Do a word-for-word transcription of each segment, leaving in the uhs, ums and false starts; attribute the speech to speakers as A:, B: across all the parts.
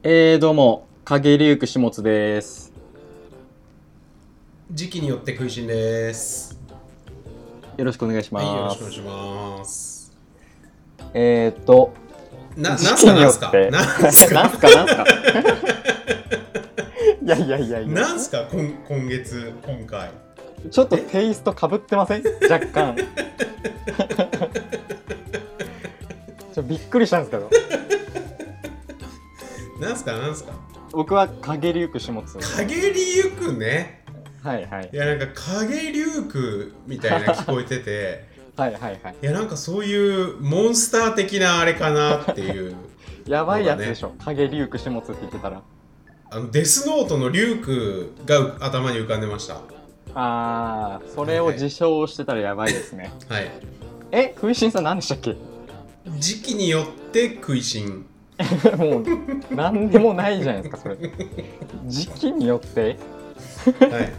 A: えー、どうも、影龍九下津です。
B: 時期によって食いしんです。
A: よろしくお願いします。
B: はい、よろしくお願いします。
A: えーっと、
B: な、なん
A: 時
B: すかなんすか
A: 期によって、
B: なんすか
A: なんすかなんすかいやいやいやいや、
B: なんすか今、今月、今回。
A: ちょっとテイスト被ってません？若干。ちょびっくりしたんですけど。
B: なんすかなんすか
A: 僕は影龍九下津。
B: 影龍九ね。
A: はいはい。
B: いや、なんか影龍九みたいな聞こえてて、
A: はいはいはい。
B: いや、なんかそういうモンスター的なあれかなっていう、ね。
A: やばいやつでしょ。影龍九下津って言ってたら。
B: あのデスノートの龍九が頭に浮かんでました。
A: あー、それを自称してたらやばいですね。
B: はい。
A: え、食いしんさん何でしたっけ？
B: 時期によって食いしん。
A: もう何でもないじゃないですかそれ。時期によって
B: はいはい。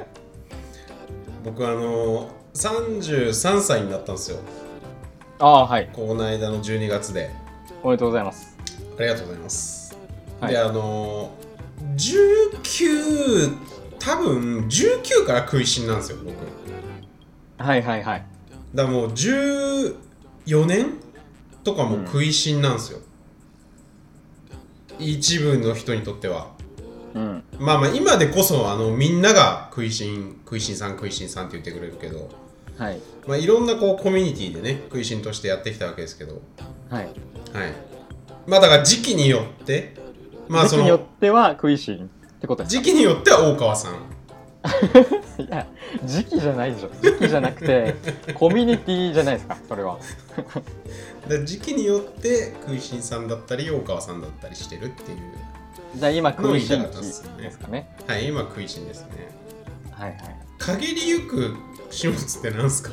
B: 僕あのさんじゅうさんさいになったんですよ。
A: ああはい。
B: この間のじゅうにがつで。
A: おめでとうございます。
B: ありがとうございます。
A: はい、
B: であのじゅうきゅう多分じゅうきゅうから食いしんなんですよ僕。
A: はいはいはい。
B: だからもうじゅうよねんとかも食いしんなんですよ、うん、一部の人にとっては。うん、まあまあ今でこそあのみんなが食いしん食いしんさん食いしんさんって言ってくれるけど、はい、まあいろんなこうコミュニティでね食いしんとしてやってきたわけですけど、はいはい。まあだから時期によって、まあその
A: 時期によっては食いしんってことですか？
B: 時期によっては大川さん。
A: いや時期じゃないでしょ。時期じゃなくてコミュニティじゃないですかそれは。
B: で時期によって食いしんさんだったり大川さんだったりしてるっていう。
A: じゃあ今食いしんですかね。
B: はい、今食いしんですね。
A: はいはい。
B: 陰りゆく始末ってなんすか？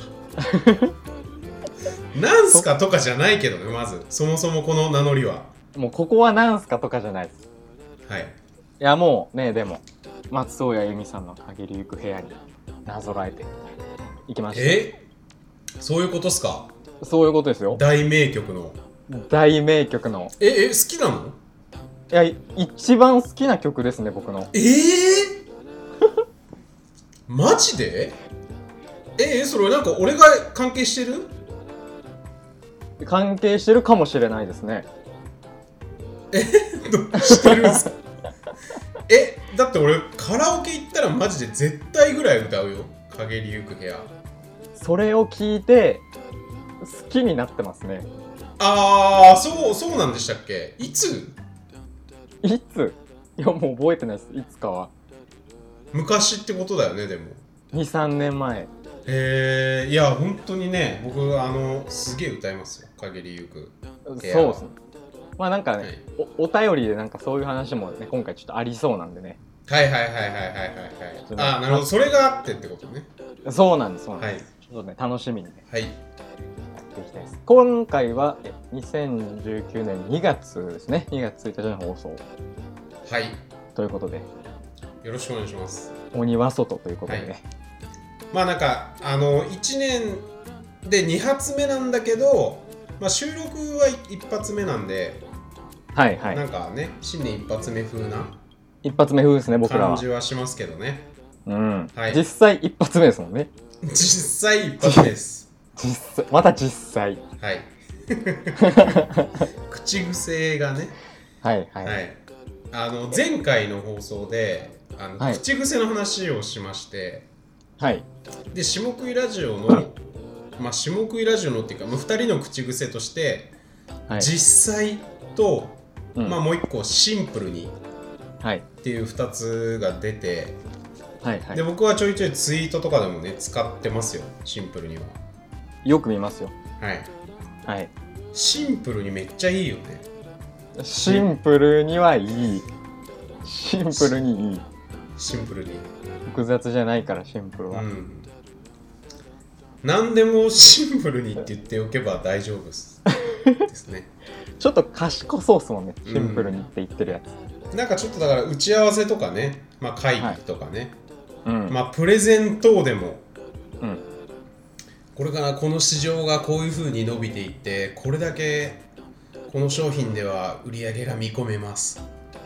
B: なんすかとかじゃないけどね。まずそもそもこの名乗りは
A: もうここはなんすかとかじゃないです。はい。いやもうね、でも松任谷由実さんの陰りゆく部屋になぞらえていきました。
B: え？そういうことっすか？
A: そういうことですよ。
B: 大名曲の
A: 大名曲の
B: ええ好きなの？
A: いや一番好きな曲ですね僕の。
B: ええー、マジで？えー、それなんか俺が関係してる？
A: 関係してるかもしれないですね。
B: えどうしてるんすか？えだって俺カラオケ行ったらマジで絶対ぐらい歌うよ。陰りゆく部屋。
A: それを聞いて好きになってますね。
B: ああそうそうなんでしたっけ？いつ？
A: いつ？いやもう覚えてないです。いつかは。
B: 昔ってことだよねでも。
A: にさんねんまえ。
B: へえいや本当にね僕あのすげえ歌いますよ陰りゆく。
A: そうですね。まあなんかね、はい、お, お便りでなんかそういう話もね今回ちょっとありそうなんでね。
B: はいはいはいはいはいはいはい。ああなるほどそれがあってってことね。
A: そうなんですそうなんです。はい、ちょっとね楽しみにね。はい。やっていきたいです。今回はにせんじゅうきゅうねんにがつですね。にがつついたちの放送。はい。ということで。
B: よろしくお願いします。
A: 鬼は外ということでね。はい、
B: まあなんかあのいちねんでに発目なんだけど、まあ、収録はいっ発目なんで、はいはい、なんかね新年一発目風な
A: 一発目風ですね僕らは。
B: 感じはしますけどね。
A: うん、はい、実際一発目ですもんね。
B: 実際一発目です。
A: 実際また実際。はい。
B: 口癖がね。はいはい。はい、あの前回の放送であの、はい、口癖の話をしまして、はい。で下食いラジオのまあ下食いラジオのっていうか、まあ、ふたりの口癖として、はい、実際と、うん、まあもう一個シンプルに、はい、っていうふたつが出て、はいはい、で僕はちょいちょいツイートとかでもね使ってますよ。シンプルには
A: よく見ますよ。はい
B: はい。シンプルにめっちゃいいよね。
A: シンプルにはいい。シンプルにいい。
B: シンプルに
A: 複雑じゃないからシンプルは、うん、
B: 何でもシンプルにって言っておけば大丈夫ですですね。
A: ちょっと賢そうっすもんねシンプルにって言ってるやつ、
B: うん、なんかちょっとだから打ち合わせとかね、まあ、会議とかね、はい、うん、まあプレゼン等でも、うん、これからこの市場がこういう風に伸びていってこれだけこの商品では売り上げが見込めます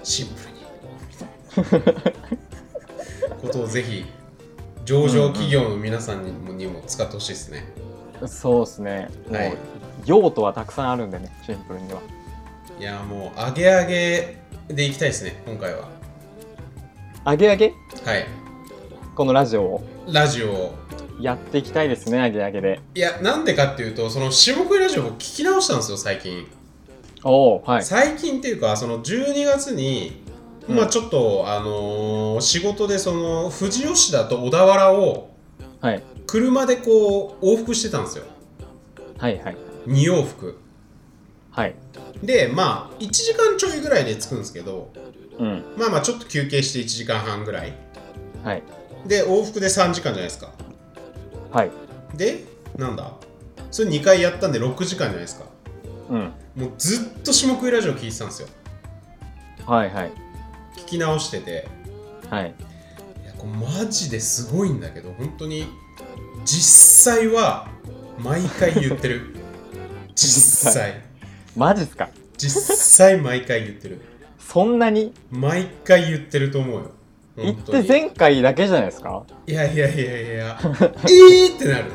B: シンプルにことをぜひ上場企業の皆さんにも、うんうん、にも使ってほしいですね。
A: そうですね。はい、もう用途はたくさんあるんでね、シンプルには。
B: いやもう上げ上げでいきたいですね、今回は。
A: 上げ上げ？
B: はい。
A: このラジオを
B: ラジオを
A: やっていきたいですね、上げ上げで。
B: いや、なんでかっていうと、その下食いラジオを聞き直したんですよ、最近。
A: おー、はい。
B: 最近っていうか、そのじゅうにがつに、うん、まあちょっと、あのー、仕事でその富士吉田と小田原を車でこう往復してたんですよ。
A: はいはい。
B: に往復。
A: はい。
B: で、まあいちじかんちょいぐらいで着くんですけど、
A: うん、
B: まあまあちょっと休憩していちじかんはんぐらい。
A: はい。
B: で、往復でさんじかんじゃないですか。
A: はい。
B: で、なんだそれにかいやったんでろくじかんじゃないですか。
A: うん。
B: もうずっと下食いラジオ聞いてたんですよ。
A: はいはい。
B: 聞き直してて。
A: はい。
B: いや、これマジですごいんだけど、本当に実際は毎回言ってる。実際。
A: マジっすか？
B: 実際毎回言ってる。
A: そんなに？
B: 毎回言ってると思うよ。
A: 言って前回だけじゃないですか？
B: いやいやいやいやえーってなる。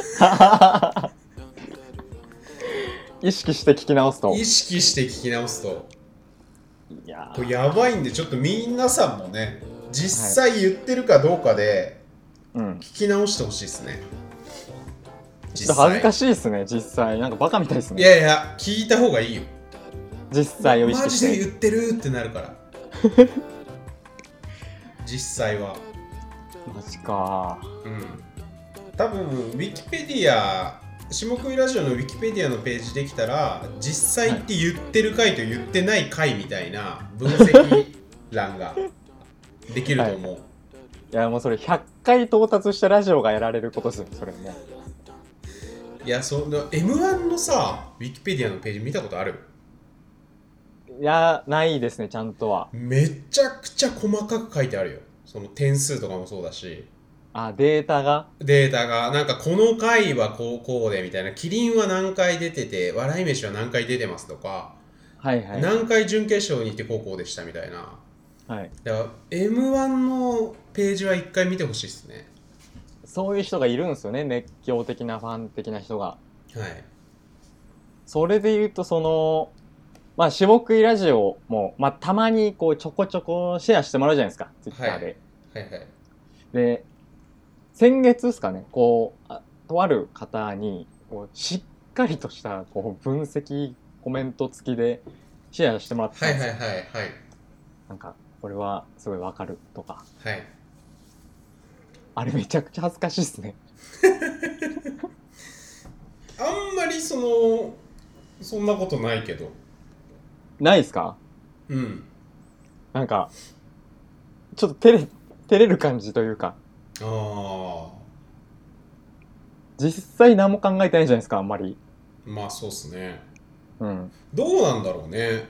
A: 意識して聞き直すと
B: 意識して聞き直すと
A: いや
B: これやばいんで、ちょっと皆さんもね実際言ってるかどうかで聞き直してほしいですね、
A: うん、ちょっと恥ずかしいですね。実際なんかバカみたいですね。
B: いやいや聞いた方がいいよ。
A: 実際を意識して。
B: マジで言ってるってなるから実際は
A: マジか。
B: うん多分ウィキペディア下食いラジオのウィキペディアのページできたら実際って言ってる回と言ってない回みたいな分析欄ができると思う、はい、
A: いやもうそれひゃっかい到達したラジオがやられることですよそれも。
B: いやその エムワン のさウィキペディアのページ見たことある？
A: いやないですね、ちゃんとは。
B: めちゃくちゃ細かく書いてあるよ。その点数とかもそうだし、
A: あ、データが
B: データがなんかこの回はこうこうでみたいな、キリンは何回出てて笑い飯は何回出てますとか、
A: はいはい、
B: 何回準決勝に行ってこうこうでしたみたいな、
A: はい、
B: だから エムワン のページは一回見てほしいですね。
A: そういう人がいるんですよね、熱狂的なファン的な人が。は
B: い。
A: それで言うとそのまあ下食いラジオも、まあ、たまにこうちょこちょこシェアしてもらうじゃないですか、ツイッターで、
B: はい、はいはい
A: で先月ですかね、こうあとある方にこうしっかりとしたこう分析コメント付きでシェアしてもらってたんですよ。
B: はいはいはいはい。なん
A: かこれはすごいわかるとか。
B: はい。
A: あれめちゃくちゃ恥ずかしいですね。
B: あんまりそのそんなことないけど。
A: ないですか？
B: うん。
A: なんかちょっと照れ照れる感じというか。
B: ああ。
A: 実際何も考えてないじゃないですか、あんまり。
B: まあそうっすね。
A: うん。
B: どうなんだろうね。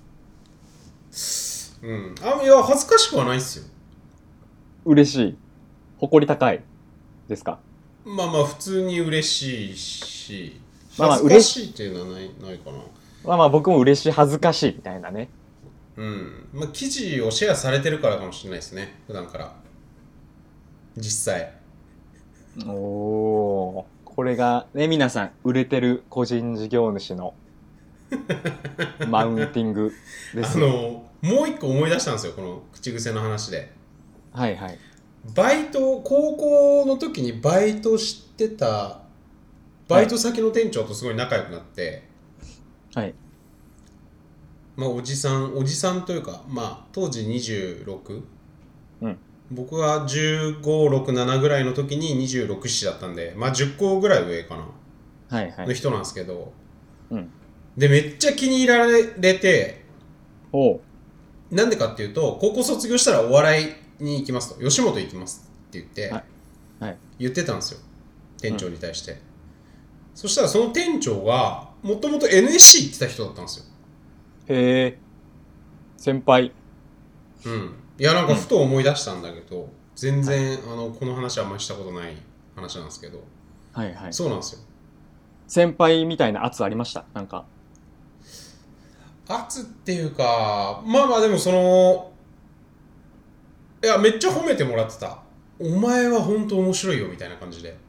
B: うん。あ、いや恥ずかしくはないっすよ。
A: 嬉しい。誇り高いですか？
B: まあまあ普通に嬉しいし、恥ずかしいっていうのはない、ないかな。
A: まあまあ僕も嬉しい恥ずかしいみたいなね。
B: うん。まあ記事をシェアされてるからかもしれないですね、普段から。実際。
A: おお、これがね皆さん売れてる個人事業主のマウンティングです、ね。
B: あのもう一個思い出したんですよ、この口癖の話で。
A: はいはい。バ
B: イト高校の時にバイトしてたバイト先の店長とすごい仲良くなって、
A: はい。
B: まあおじさんおじさんというか、まあ当時にじゅうろく、
A: うん、
B: 僕がじゅうご、ろく、ななぐらいの時ににじゅうろく、ななだったんで、まあじゅっこぐらい上かな、
A: はいはい、
B: の人なんですけど、
A: うん、
B: でめっちゃ気に入られて、
A: お
B: なんでかっていうと、高校卒業したらお笑いに行きますと、吉本行きますって言って、
A: はいはい、
B: 言ってたんですよ、店長に対して、うん、そしたらその店長がもともと エヌエスシー 行ってた人だったんですよ。
A: へえ、先輩。
B: うん。いやなんかふと思い出したんだけど、うん、全然、はい、あのこの話はあんまりしたことない話なんですけど、
A: はいはい、
B: そうなんですよ。
A: 先輩みたいな圧ありました？なんか
B: 圧っていうか、まあまあでもその、いやめっちゃ褒めてもらってた。お前は本当面白いよみたいな感じで。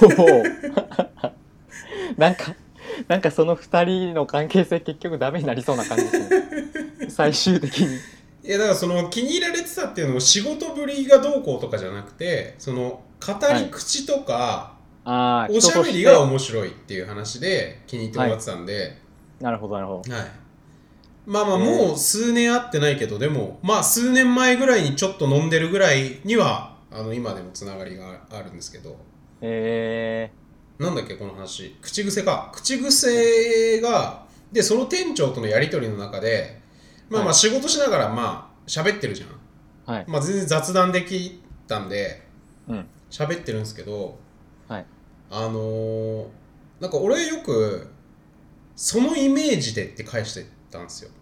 A: なんかなんかそのふたりの関係性結局ダメになりそうな感じですね。最終的に。
B: いやだからその気に入られてたっていうのも仕事ぶりがどうこうとかじゃなくて、その語り口とか、はい、おしゃべりが面白いっていう話で気に入ってもらってたんで、はい、
A: なるほどなるほど。
B: はい。まあまあもう数年会ってないけど、でもまあ数年前ぐらいにちょっと飲んでるぐらいにはあの今でもつながりがあるんですけど。
A: え
B: ー、なんだっけこの話、口癖か。口癖がで、その店長とのやり取りの中で、まあまあ仕事しながらまあ喋ってるじゃん。はい。まあ全然雑談できたんで、うん、喋ってるんですけど、はい。あのー、なんか俺よくそのイメージでって返してたんですよ。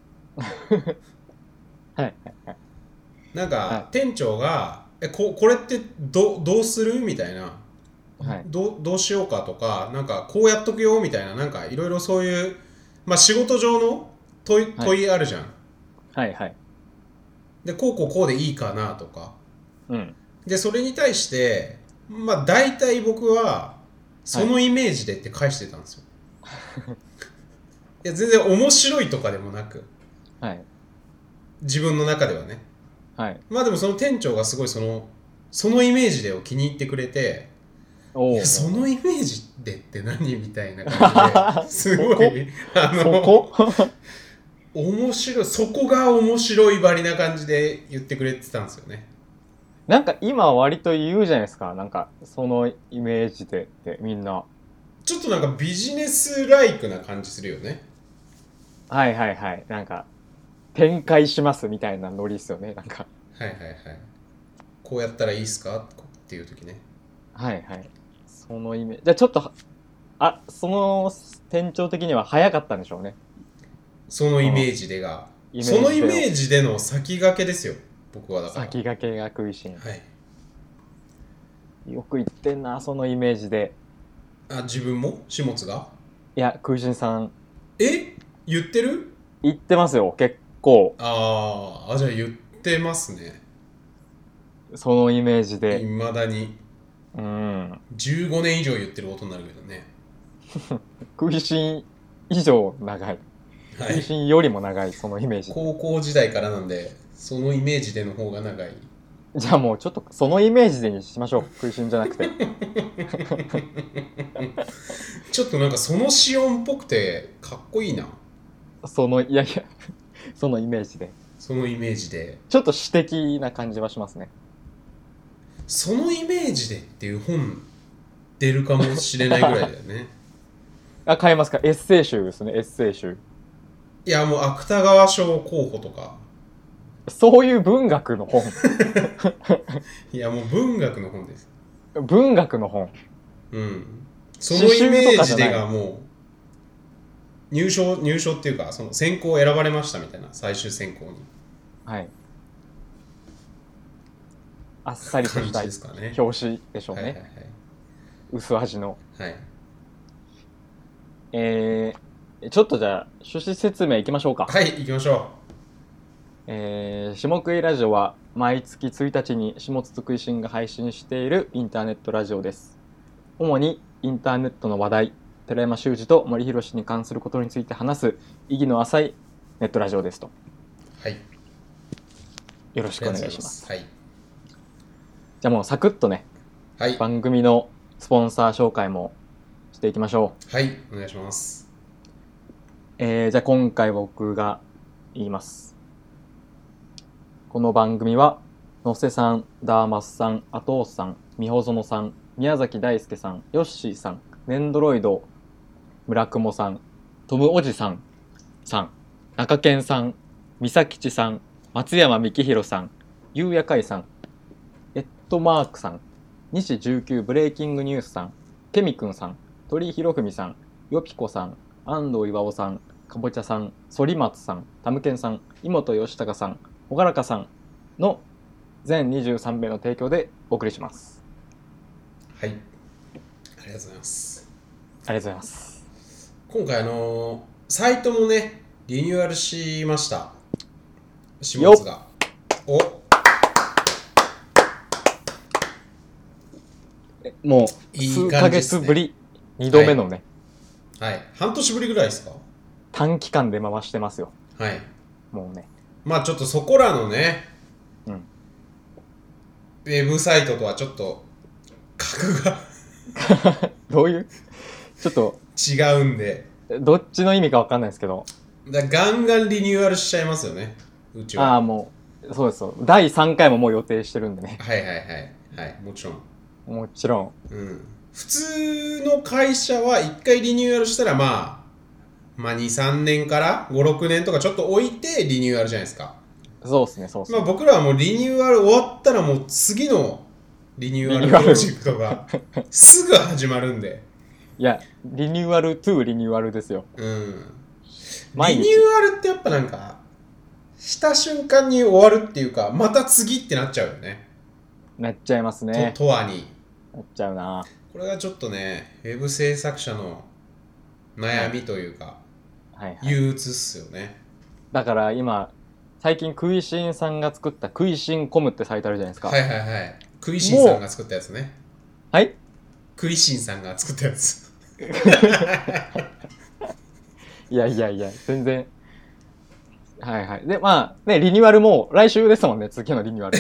A: はい。
B: なんか、はい、店長がえ こ, これってどどうするみたいな、はい、ど, どうしようかとか、なんかこうやっとくよみたいな、なんかいろいろそういう、まあ、仕事上の問 い,、はい、問いあるじゃん。はいはい。でこうこうこうでいいかなとか、うん、でそれに対してまあ大体僕はそのイメージでって返してたんですよ。はい、いや全然面白いとかでもなく、はい、自分の中ではね、はい、まあでもその店長がすごいそのそのイメージでを気に入ってくれて、いやそのイメージでって何みたいな感じですごいあのそこ面白い、そこが面白いばりな感じで言ってくれてたんですよね。
A: なんか今割と言うじゃないですか、なんかそのイメージでってみんな
B: ちょっとなんかビジネスライクな感じするよね。
A: はいはいはい、なんか展開しますみたいなノリですよね、なんか。
B: はいはいはい。こうやったらいいっすかっていう時ね。
A: はいはい。そのイメージ。じゃあちょっと、あ、その店長的には早かったんでしょうね。
B: そのイメージでが。そのイメージでの先駆けですよ、僕はだから。
A: 先駆けが食いしん。はい。よく言ってんな、そのイメージで。
B: あ、自分も始末が
A: いや、食いしんさん。
B: え言ってる？
A: 言ってますよ、結構。
B: ああ、じゃあ言ってますね。
A: そのイメージで。
B: いまだに。うん。じゅうごねん以上言ってることになるけどね。
A: 食いしん以上長い。はい、食いしんよりも長い、そのイメージ。
B: 高校時代からなんで、そのイメージでの方が長い。
A: じゃあもうちょっとそのイメージでにしましょう、食いしんじゃなくて。
B: ちょっとなんかそのシオンっぽくてかっこいいな。
A: そのいやいやそのイメージで
B: そのイメージで
A: ちょっと詩的な感じはしますね。
B: そのイメージでっていう本出るかもしれないぐらいだよね。
A: あ、買えますか？エッセイ集ですね、エッセイ集。
B: いやもう芥川賞候補とか
A: そういう文学の本。
B: いやもう文学の本です。
A: 文学の本。
B: うん。そのイメージでがもう入賞入賞っていうかその選考選ばれましたみたいな、最終選考に。はい。あっさりとした表紙でしょうね。はいはいはい、薄味の。はい。えー、ちょっとじゃあ趣旨説明いきましょうか。 はい、行きましょう。
A: えー、下食いラジオは毎月ついたちに下津食いしんが配信しているインターネットラジオです。主にインターネットの話題、寺山修司と森博に関することについて話す意義の浅いネットラジオですと。はい。よろしくお願いします。はい。じゃあもうサクッとね、はい、番組のスポンサー紹介もしていきましょ
B: う。はい、お願いします。
A: えー、じゃあ今回僕が言います。この番組はのせさん、ダーマスさん、アトースさん、みほぞのさん、宮崎大輔さん、ヨッシーさん、ネンドロイド、村雲さん、トムおじさんさん、中堅さん、三崎吉さん、松山幹弘さん、ゆうやかいさん、エットマークさん、西じゅうきゅうブレイキングニュースさん、ケミくんさん、鳥居博文さん、よぴこさん、安藤岩尾さん、かぼちゃさん、反松さん、たむけんさん、井本義孝さん、ほがらかさんの全にじゅうさんめいの提供でお送りします。
B: はい、ありがとうございます。
A: ありがとうございます。
B: 今回あのー、サイトもねリニューアルしました。下津が。お
A: もう数ヶ月ぶり、いいね、にどめのね、
B: はい、はい、半年ぶりぐらいですか。
A: 短期間で回してますよ。
B: はい。
A: もうね、
B: まあちょっとそこらのね、
A: うん、
B: ウェブサイトとはちょっと格が
A: どういうちょっと
B: 違うんで、
A: どっちの意味か分かんないですけど、
B: だガンガンリニューアルしちゃいますよね、うちは。
A: ああ、もうそうです。だいさんかいももう予定してるんでね。
B: はいはいはいはい、もちろん
A: もちろん、
B: うん、普通の会社はいっかいリニューアルしたら、まあ、まあにさんねんからごろくねんとかちょっと置いてリニューアルじゃないですか。
A: そうですね、そうですね。
B: まあ僕らはもうリニューアル終わったらもう次のリニューアルプロジェクトがすぐ始まるんで。
A: いや、リニューアルトゥリニューアルですよ。
B: うん。リニューアルってやっぱなんか、した瞬間に終わるっていうか、また次ってなっちゃうよね。
A: なっちゃいますね。
B: と、とわに。
A: なっちゃうな。
B: これがちょっとね、ウェブ制作者の悩みというか、
A: はいはい、
B: 憂鬱っすよね。
A: だから今、最近クイシンさんが作ったクイシンコムってサイトあるじゃないですか。
B: はいはいはい。クイシンさんが作ったやつね。
A: はい、
B: クイシンさんが作ったやつ。
A: いやいやいや、全然。はいはい。で、まあ、ね、リニューアルも来週ですもんね、次のリニューアル。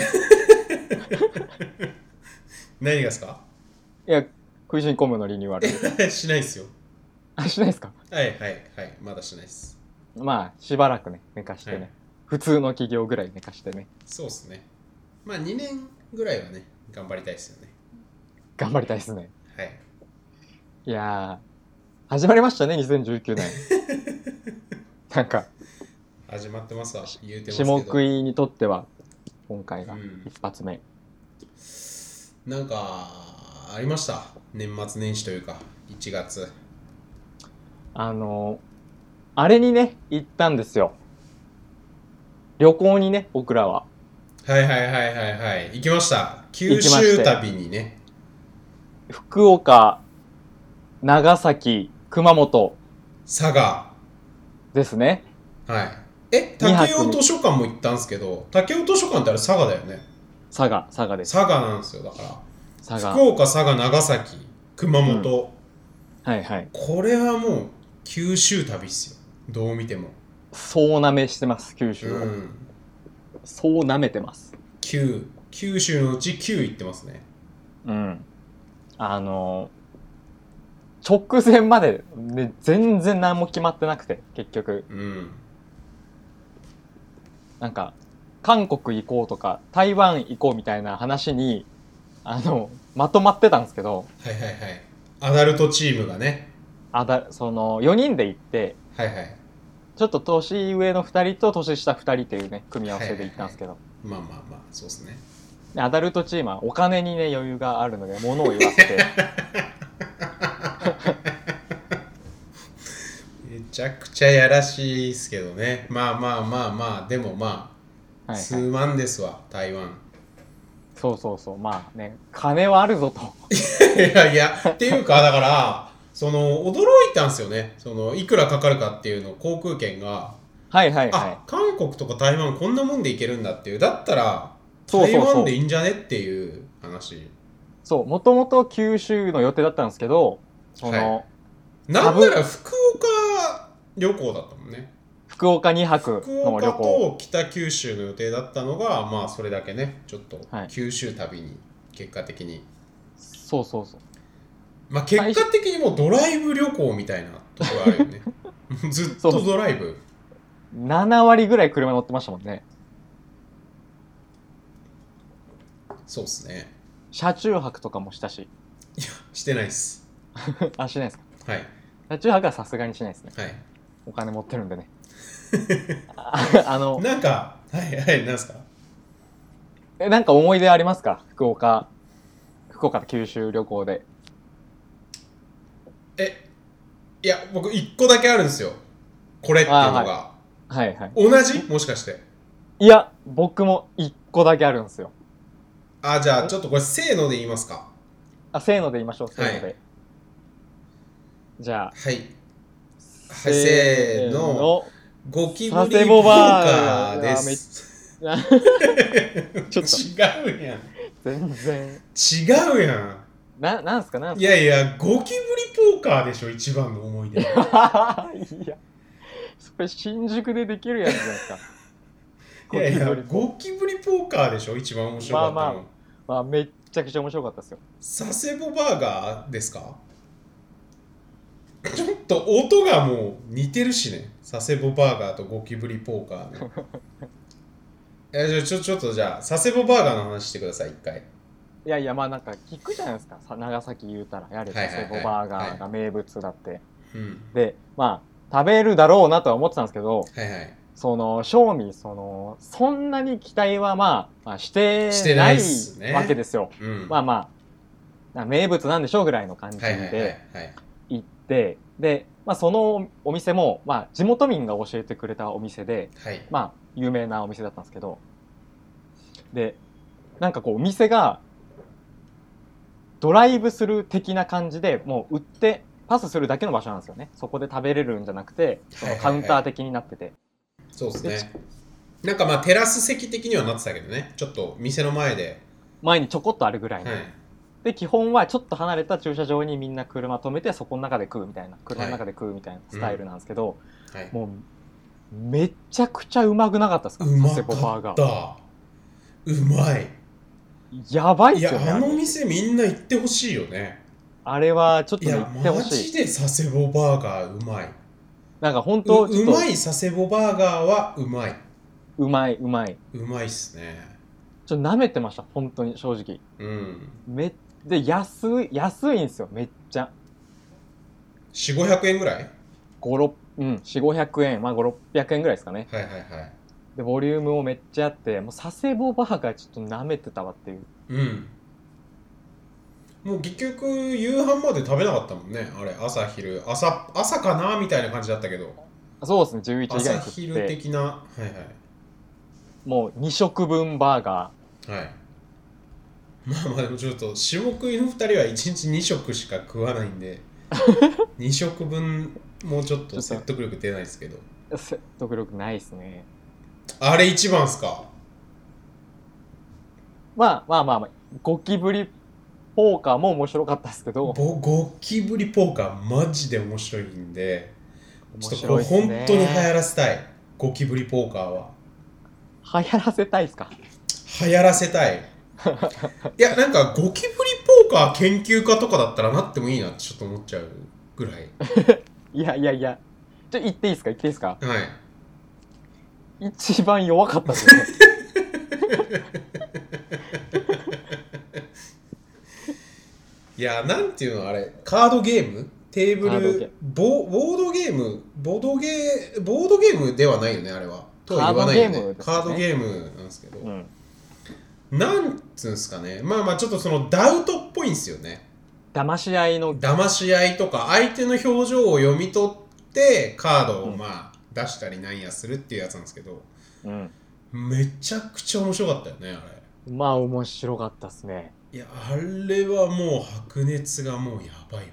B: 何がですか？
A: いや、クイシンコムのリニューアル。
B: しないっすよ。
A: あ、しないですか？
B: はいはいはい、まだしないっす。
A: まあ、しばらくね、寝かしてね。はい、普通の企業ぐらい寝かしてね。
B: そうっすね。まあにねんぐらいはね、頑張りたいっすよね。
A: 頑張りたいっすね。
B: はい。
A: いやー、始まりましたね、にせんじゅうきゅうねん。なんか、
B: 始まってますわ、言うてますけど。
A: 下食いにとっては、今回が一発目。
B: うん、なんか、ありました。年末年始というか、いちがつ。
A: あの、あれにね、行ったんですよ。旅行にね、僕らは。
B: はいはいはいはいはい。行きました。九州旅にね。
A: 福岡、長崎、熊本。
B: 佐賀。
A: ですね。
B: はい。え、武雄図書館も行ったんですけど、武雄図書館ってあれ佐賀だよね。
A: 佐賀、佐賀です。
B: 佐賀なんですよ、だから。
A: 佐賀。
B: 福岡、佐賀、長崎、熊本。うん、
A: はいはい。
B: これはもう九州旅っすよ。どう見ても。
A: そうなめしてます、九州を。うん、そうなめてます。
B: きゅう、九州のうちきゅう行ってますね。
A: うん。あの直前まで、ね、全然何も決まってなくて、結局。
B: うん。
A: なんか、韓国行こうとか、台湾行こうみたいな話に、あの、まとまってたんですけど。
B: はいはいはい。アダルトチームがね。
A: あだ、その、よにんで行って、
B: はいはい。
A: ちょっと年上のふたりと年下ふたりっていうね、組み合わせで行ったんですけど。はい
B: はいはい、まあまあまあ、そうですね。
A: アダルトチームはお金にね、余裕があるので、物を言わせて。
B: めちゃくちゃやらしいですけどね。まあまあまあまあ、でもまあ、はいはい、数万ですわ、台湾。
A: そうそうそう、まあね、金はあるぞと。
B: いやいや、っていうか、だから、その、驚いたんですよね。その、いくらかかるかっていうの、航空券が。
A: はいはいはい。
B: あ、韓国とか台湾こんなもんで行けるんだっていう。だったら、台湾でいいんじゃねっていう話。
A: そう、もともと九州の予定だったんですけど、その、はい、
B: なんなら福岡旅行だったもんね。
A: 福岡にはくの旅行。
B: 福岡と北九州の予定だったのが、まあそれだけね、ちょっと九州旅に結果的に。はい、
A: そうそうそう。
B: まあ結果的にもうドライブ旅行みたいなところあるよね。ずっとドライブ。
A: ななわりぐらい車乗ってましたもんね。
B: そうっすね。
A: 車中泊とかもしたし。い
B: や、してないっす。
A: あ、しないですか。
B: はい。
A: 車中泊はさすがにしないですね。
B: はい。
A: お金持ってるんでね。あ, あの
B: なんか、はいはい、なんすか。
A: え、なんか思い出ありますか？福岡、福岡と九州旅行で。
B: え、いや、僕一個だけあるんですよ。これっていうのが。
A: はい、はいはい。
B: 同じ？もしかして。
A: いや、僕も一個だけあるんですよ。
B: あ、じゃあちょっとこれせーので言いますか。
A: あ、せーので言いましょう。せーので。
B: はい、
A: じゃあ。
B: はい。はい、せーの。 ゴキブリポーカーです。
A: ちょっと
B: 違うやん。
A: 全然
B: 違うやん。
A: な、なんすかなんすか。
B: いやいや、ゴキブリポーカーでしょ、一番の思い出。い
A: や、それ新宿でできるやつじゃないですか。
B: いやいや、ゴキブリポーカーでしょ、一番面白かったの。
A: まあまあ、まあ、めっちゃくちゃ面白かったですよ。
B: 佐世保バーガーですか？ちょっと音がもう似てるしね。佐世保バーガーとゴキブリポーカーの。いやちょ、ちょっとじゃあ、佐世保バーガーの話してください、一回。
A: いやいや、まあなんか聞くじゃないですか。長崎言うたら、やはり佐世保バーガーが名物だって。で、まあ、食べるだろうなとは思ってたんですけど、
B: はいはい、
A: その、正味、その、そんなに期待はまあ、まあ、してないわけですよ。
B: うん、
A: まあまあ、名物なんでしょうぐらいの感じで行って、で、まあそのお店も、まあ地元民が教えてくれたお店で、
B: はい、
A: まあ有名なお店だったんですけど、で、なんかこうお店が、ドライブスルー的な感じでもう売ってパスするだけの場所なんですよね。そこで食べれるんじゃなくて、そのカウンター的になってて、はい
B: はいはい、そうですね。なんかまあテラス席的にはなってたけどね、ちょっと店の前で
A: 前にちょこっとあるぐらいの、はい、で基本はちょっと離れた駐車場にみんな車止めてそこの中で食うみたいな、車の中で食うみたいなスタイルなんですけど、はい、うん、もうめちゃくちゃうまくなかったですか？
B: うまかったうまい
A: やばいっすよね。
B: いや、あの店みんな行ってほしいよね。
A: あれはちょっと行ってほしい。
B: マジで佐世保バーガーうまい。
A: なんか本当
B: う, うまい佐世保バーガーはうまい。
A: うまいうまい。
B: うまいっすね。
A: ちょっと舐めてました本当に正直。
B: うん。
A: めで安い安いんですよめっちゃ。
B: よん、ごひゃくえんぐらい？
A: ご、ろく、うん、よん、ごひゃくえん、まあご、ろっぴゃくえんぐらいですかね。
B: はいはいはい。
A: でボリュームもめっちゃあって、もう佐世保バーガーちょっと舐めてたわっていう。
B: うん。もう結局夕飯まで食べなかったもんね。あれ朝昼朝朝かなみたいな感じだったけど。
A: そうですね、じゅういちじぐらい
B: 朝昼的な、はいはい。
A: もうに食分バーガ
B: ー。はい。まあまあでもちょっと下食いのふたりはいちにちに食しか食わないんでに食分もうちょっと説得力出ないですけど。
A: 説得力ないですね。
B: あれ一番っすか？
A: まあまあまあ、まあ、ゴキブリポーカーも面白かったですけど、
B: ゴキブリポーカーマジで面白いんで、ちょっとこれ本当に流行らせたい。ゴキブリポーカーは
A: 流行らせたいですか？
B: 流行らせたいいやなんかゴキブリポーカー研究家とかだったらなってもいいなってちょっと思っちゃうぐらい
A: いやいやいや、ちょ言っていいですか言っていいですか？
B: はい
A: 一番弱かったですよね
B: いやなんていうのあれ、カードゲーム、テーブル、ボボードゲーム、ボードゲーボードゲームではないよねあれは。とは言わないよね。カードゲームなんですけど、うん、なんつうんすかね、まあまあちょっとそのダウトっぽいんですよね。
A: 騙し合いの
B: 騙し合いとか相手の表情を読み取ってカードをまあ出したりなんやするっていうやつなんですけど、
A: うん、
B: めちゃくちゃ面白かったよねあれ。
A: まあ面白かったっすね。
B: いやあれはもう白熱がもうやばいわ。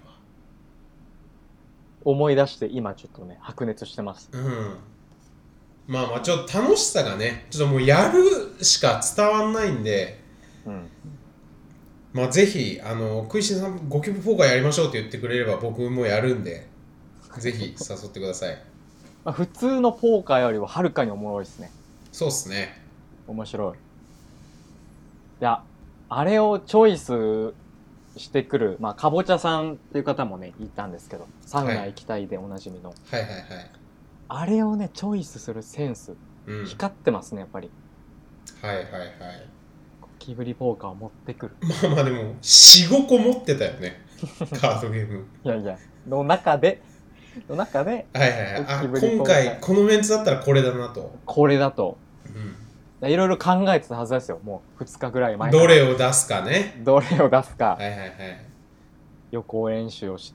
A: 思い出して今ちょっとね白熱してます。
B: うん。まあまあちょっと楽しさがねちょっともうやるしか伝わんないんで、うん、まあぜひあの食いしんさんゴキブリポーカーやりましょうって言ってくれれば僕もやるんでぜひ誘ってください
A: まあ普通のポーカーよりははるかにおもろいですね。
B: そうっすね、
A: 面白い。いやあれをチョイスしてくる、まあ、かぼちゃさんっていう方もねいたんですけど、サウナ行きたいでおなじみの、
B: はい、はいはいはい
A: あれをねチョイスするセンス、うん、光ってますねやっぱり。
B: はいはいはい。
A: ゴキブリポーカーを持ってくる。
B: まあまあでも よん、ごこ持ってたよねカードゲーム
A: いやいやの中での中で
B: はいはいはい、あ今回このメンツだったらこれだなと、
A: これだと、うん、いろいろ考えてたはずですよ。もうふつかぐらい前
B: どれを出すかね、
A: どれを出すか、
B: はいはいはい、
A: 予行演習をして、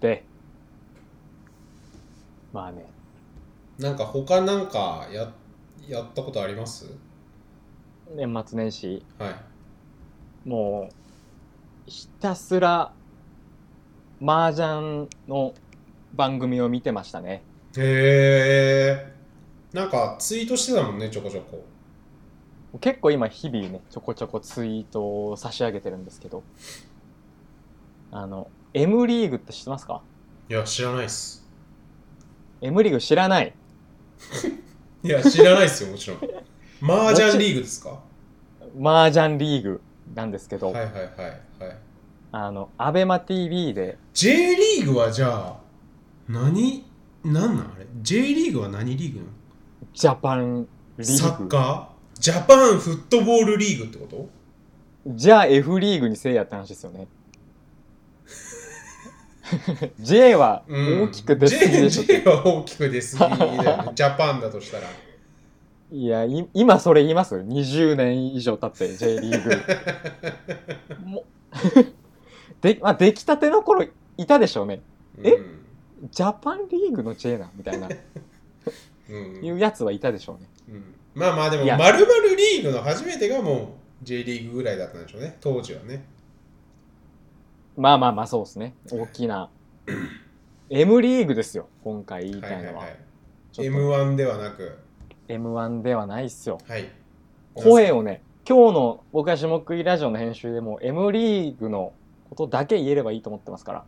A: まあね、
B: なんか他なんか や, やったことあります？
A: 年末年始、
B: はい、
A: もうひたすら麻雀の番組を見てましたね。
B: へえ。 なんかツイートしてたもんね、ちょこちょこ。
A: 結構今日々ねちょこちょこツイートを差し上げてるんですけど、あの M リーグって知ってますか？
B: いや知らないっす。
A: M リーグ知らない？
B: いや知らないっすよ、もちろん。麻雀リーグですか？
A: 麻雀リーグなんですけど、
B: はいはいはいはい。
A: あのアベマ ティーブイ で
B: J リーグはじゃあ何なんなんあれ J リーグは何リーグなの？
A: ジャパンリーグ、
B: サッカージャパンフットボールリーグってこと？
A: じゃあ F リーグにせえやって話ですよね。J は大きく出すぎでしょ、
B: うん、J, J は大きく出すぎだよね。ジャパンだとしたら。
A: いやい今それ言います？にじゅうねん以上経って J リーグもで、まあ、出来たての頃いたでしょうね、うん、えジャパンリーグの J なみたいなうん、いうやつはいたでしょうね、
B: うん、まあまあでもまるまるリーグの初めてがもう J リーグぐらいだったんでしょうね、当時はね。
A: まあまあまあそうですね、大きなM リーグですよ今回言いたいのは、はいはいはい、
B: エムワン ではなく
A: エムワン ではないっすよ、
B: はい、
A: 声をね今日の僕は下食いラジオの編集でも M リーグのことだけ言えればいいと思ってますから。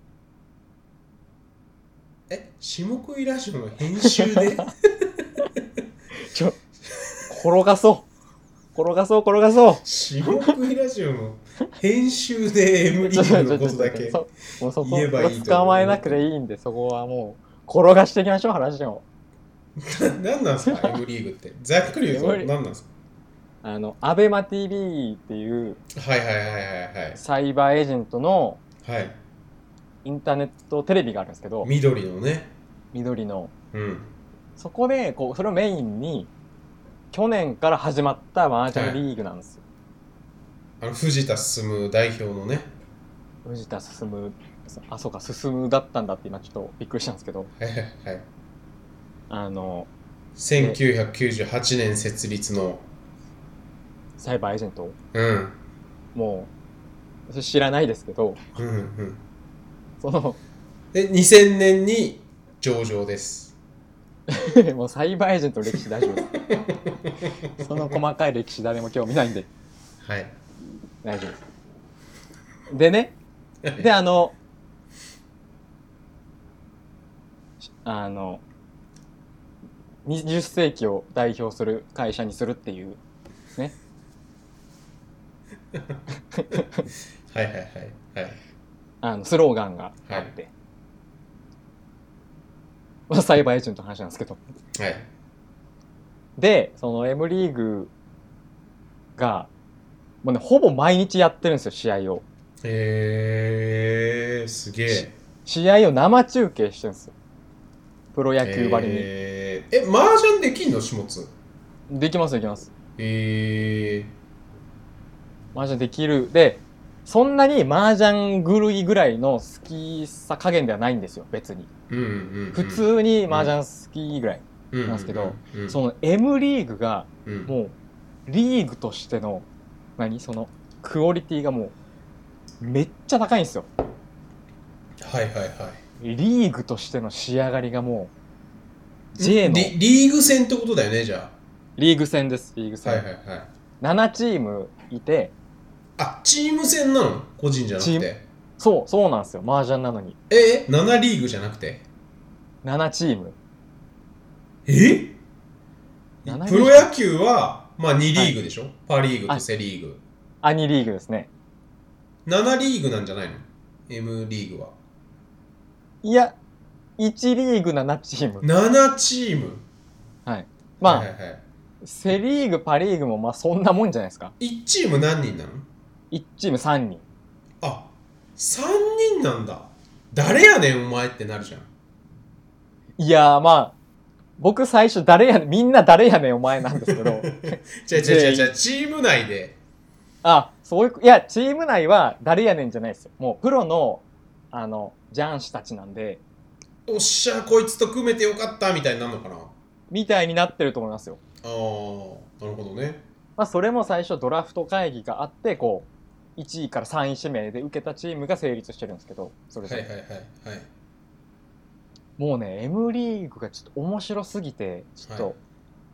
B: え下食いラジオの編集で
A: ちょ転がそう転がそう転がそう
B: 下食いラジオの編集で M リーグのことだけ言えばいいと
A: 捕まえなくていいんで、そこはもう転がしていきましょう話を。
B: 何なんですか M リーグって。ざっくり言うと何なんですか？
A: あのアベマ ティーブイ っていう
B: はいはいはいはいはい
A: サイバーエージェントの
B: はい
A: インターネットテレビがあるんですけど、
B: 緑のね
A: 緑の、
B: うん、
A: そこでこうそれをメインに去年から始まった麻雀リーグなんですよ、
B: はい、あの藤田進代表のね。
A: 藤田進あそうか進だったんだって今ちょっとびっくりしたんですけど
B: はいはいはい
A: あの
B: せんきゅうひゃくきゅうじゅうはちねん設立の
A: サイバーエージェント、
B: うん、
A: もうそれ知らないですけど、
B: うんうん、
A: その
B: でにせんねんに上場です。
A: もうサイバーエージェントの歴史大丈夫ですその細かい歴史誰も興味ないんで、
B: はい、
A: 大丈夫です。でねであのあのにじゅっ世紀を代表する会社にするっていうね
B: はいはいはいはい
A: あのスローガンがあって、はい、まあ、サイバーエージェントの話なんですけど、
B: はい、
A: でその M リーグがもうねほぼ毎日やってるんですよ試合を。
B: へえー、すげえ。
A: 試合を生中継してるんですよプロ野球ばりに。
B: えー、え麻雀できんの下津？
A: できますできます。
B: へえー、
A: 麻雀できる。でそんなに麻雀狂いぐらいの好きさ加減ではないんですよ別に、
B: うんうんうん、
A: 普通に麻雀好きぐらいなんですけど、うんうんうん、その M リーグがもうリーグとしての何そのクオリティがもうめっちゃ高いんですよ。
B: はいはいはい。
A: リーグとしての仕上がりがもう J の
B: リ, リーグ戦ってことだよね。じゃあ
A: リーグ戦です。リーグ戦、
B: はいはいはい、
A: ななチームいて。
B: あ、チーム戦なの？個人じゃなくて。
A: そうそうなんですよ麻雀なのに。
B: えななリーグじゃなくて
A: ななチーム。
B: えプロ野球はまあにリーグでしょ、はい、パリーグとセリーグ。
A: あにリーグですね。
B: ななリーグなんじゃないの M リーグは。
A: いやいちリーグななチーム。
B: ななチーム。
A: はいまあ、
B: はいはいはい、
A: セリーグパリーグもまあそんなもんじゃないですか。
B: いちチーム何人なの？
A: いちチームさんにん。
B: あさんにんなんだ。誰やねんお前ってなるじゃん。
A: いやーまあ僕最初誰やねんみんな誰やねんお前なんですけど
B: じゃじゃじゃじゃチーム内で。
A: あそういういやチーム内は誰やねんじゃないですよ。もうプロのあの雀士たちなんで、
B: おっしゃこいつと組めてよかったみたいになるのかな
A: みたいになってると思いますよ。
B: ああなるほどね。
A: まあそれも最初ドラフト会議があってこういちいからさんい指名で受けたチームが成立してるんですけど、それぞれ
B: はいはいはいはい。
A: もうね M リーグがちょっと面白すぎてちょっと、はい、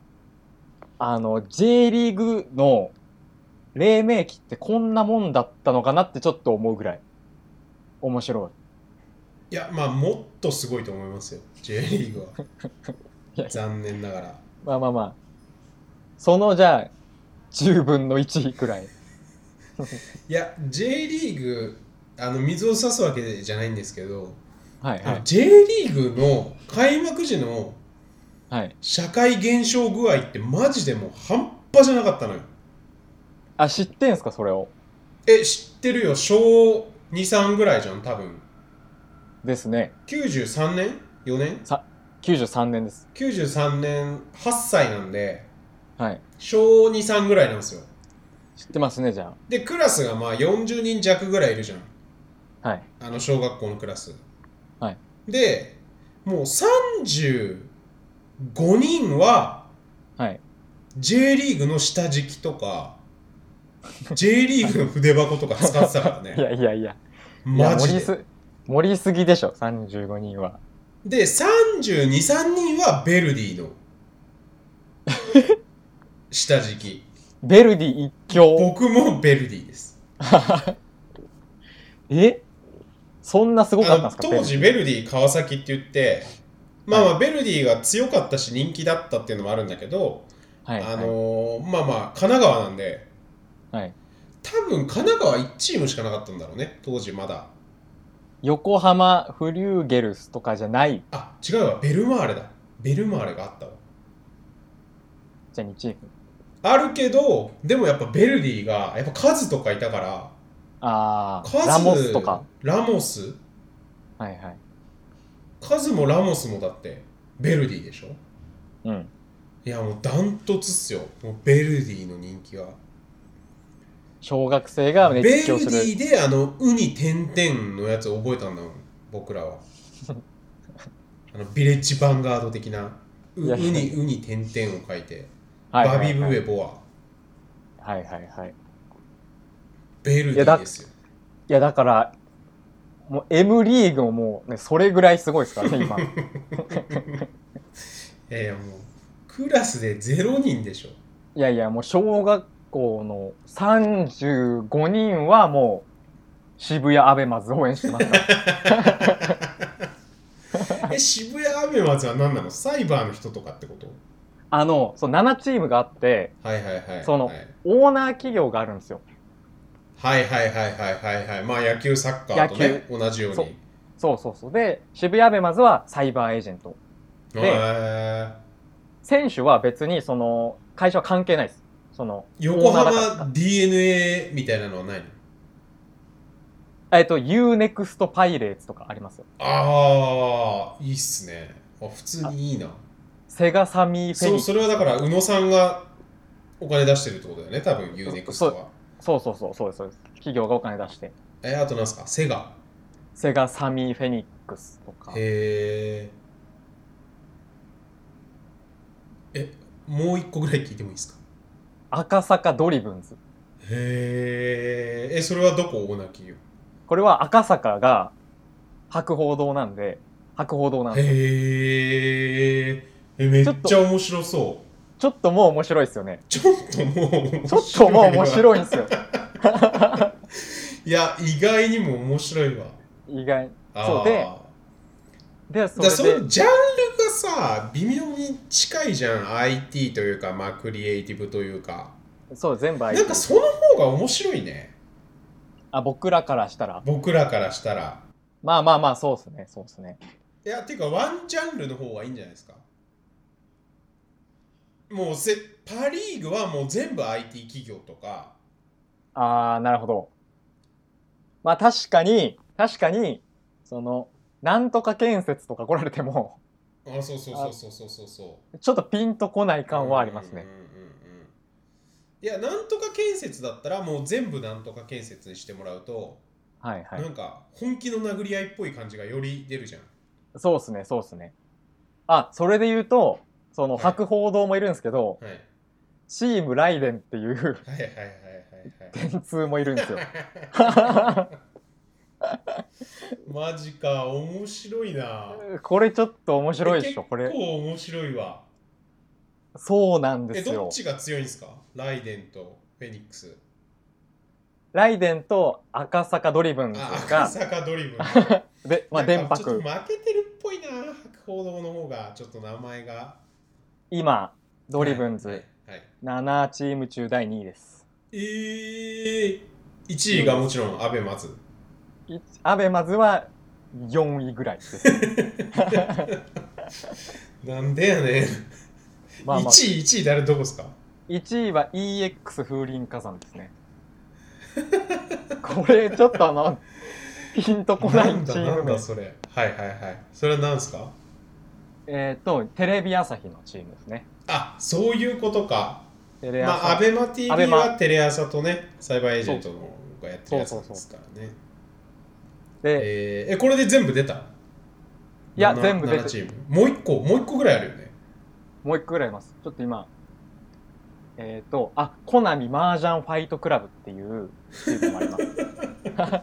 A: あの J リーグの黎明期ってこんなもんだったのかなってちょっと思うぐらい面白
B: い。いやまあもっとすごいと思いますよ J リーグは残念ながら。
A: まあまあまあそのじゃあじゅうぶんのいちくらい
B: いや J リーグあの水を差すわけじゃないんですけど、
A: はいはい、
B: J リーグの開幕時の社会現象具合ってマジでもう半端じゃなかったのよ。
A: あ、知ってんすかそれを。
B: え、知ってるよ。小に、さんぐらいじゃん多分。
A: ですね。
B: きゅうじゅうさんねん よねん
A: さきゅうじゅうさんねんです。
B: きゅうじゅうさんねんはっさいなんで、
A: はい、
B: 小に、さんぐらいなんですよ。
A: 知ってますね。じゃあ
B: でクラスがまあよんじゅうにん弱ぐらいいるじゃん。
A: はい、
B: あの小学校のクラス、
A: はい、
B: でもうさんじゅうごにんは J リーグの下敷きとかJ リーグの筆箱とか使ってたからね。
A: いやいやいや
B: マジで
A: 盛りす盛りすぎでしょさんじゅうごにんは。
B: でさんじゅうに、さんにんはベルディの下敷き。
A: ベルディ一強。
B: 僕もベルディです
A: えそんなすごかったんですか。
B: 当時ベルディ川崎って言ってまあまあベルディが強かったし人気だったっていうのもあるんだけど、はい、あのー、まあまあ神奈川なんで、はい、多分神奈川いちチームしかなかったんだろうね当時まだ。
A: 横浜フリューゲルスとかじゃない。
B: あ、違うわ、ベルマーレだ。ベルマーレがあったわ。
A: じゃあにチーム
B: あるけどでもやっぱベルディがやっぱ数とかいたから。
A: ああ、ラモスとか。
B: ラモス、
A: はいはい。
B: 数もラモスもだってベルディでしょ。うん。いやもうダントツっすよ。もうベルディの人気は。
A: 小学生が熱狂する。
B: ベルディであのウニ点々のやつ覚えたんだもん僕らは。あのビレッジヴァンガード的なウニウニ点々を書いて、はいはいはい、バビブエボア。
A: はいはいはい。
B: ベルディですよ。
A: いやだからもう M リーグももうねそれぐらいすごいですからね今。い
B: やいやもうクラスでゼロにんでしょ。
A: いやいやもう小学校のさんじゅうごにんはもう渋谷アベマズ応援してました。
B: え、渋谷アベマズは何なの？サイバーの人とかってこと？
A: あのそうななチームがあって、
B: はいはいはい、
A: その、はい、オーナー企業があるんですよ。
B: はいはいはいはいはいはい。まあ野球サッカーとね同じように。
A: そうそうそう。で渋谷アベマズはサイバーエージェントで、選手は別にその会社は関係ないです。その
B: 横浜 ディーエヌエー みたいなのはないの？
A: えっと ユーネクスト パイレーツとかありますよ。
B: ああいいっすね。あ普通にいいな。
A: セガサミーフェニックス。
B: そう、それはだから宇野さんがお金出してるってことだよね多分 ユーネクスト は。
A: そうそうそうそうですそうです。企業がお金出して。
B: えあとなんすか？セガ
A: セガサミーフェニックスとか。
B: へえ。えもう一個ぐらい聞いてもいいですか？
A: 赤坂ドリブンズ。
B: へえ。えそれはどこオーナー企業？
A: これは赤坂が博報堂なんで博報堂なんですよ。
B: へえ。えめっちゃ面白そう。
A: ちょっともう面白いですよね。
B: ちょっともう面白い。
A: ちょっともう面白いんですよ。
B: いや意外にも面白いわ。
A: 意外。そうで。
B: でそれでそのジャンルがさ微妙に近いじゃん。 アイティー というかまあクリエイティブというか。
A: そう全部 アイティー。
B: なんかその方が面白いね。
A: あ僕らからしたら。
B: 僕らからしたら。
A: まあまあまあそうですねそうですね。
B: いやっていうかワンジャンルの方がいいんじゃないですか。もうせパリーグはもう全部 アイティー 企業とか。
A: ああなるほど。まあ確かに確かにそのなんとか建設とか来られても
B: あそうそうそうそうそうそうそう
A: ちょっとピンとこない感はありますね。
B: いやなんとか建設だったらもう全部なんとか建設にしてもらうと、
A: はいはい、
B: なんか本気の殴り合いっぽい感じがより出るじゃん。
A: そうっすねそうっすね。あそれで言うとその博報堂もいるんですけど、はい、チームライデンっていう電通もいるんですよ。
B: マジか面白いな。
A: これちょっと面白いでしょ。これ
B: 結構面白いわ。
A: そうなんですよ。
B: え、どっちが強いんですか？ライデンとフェニックス。
A: ライデンと赤坂ドリブンズが。
B: 赤坂ドリブン
A: ズ。で、まあ、電波。
B: ちょっと負けてるっぽいな、博報堂の方が、ちょっと名前が。
A: 今、ドリブンズ、はいはい、ななチーム中だいにいです。
B: えー、いちいがもちろんアベマズ。
A: アベマズはよんいぐらいです。
B: なんでやねん。まあまあ、いちい、いちい誰どこですか？
A: いち 位は イーエックス 風林火山ですね。これちょっとあのピンとこないチーム名。
B: なんだそれ。はいはいはい。それは何ですか？
A: えっとテレビ朝日のチームですね。
B: あ、そういうことか。テレ朝。まあアベマ ティービー はテレ朝とね、サイバーエージェントのがやってるやつですからね。で、えー、えこれで全部出た？
A: いや全部出た。
B: チーム。もう一個もう一個ぐらいあるよね。
A: もう一個ぐらいあります。ちょっと今。えっ、ー、と、あ、コナミマージャンファイトクラブっていうチームもあります。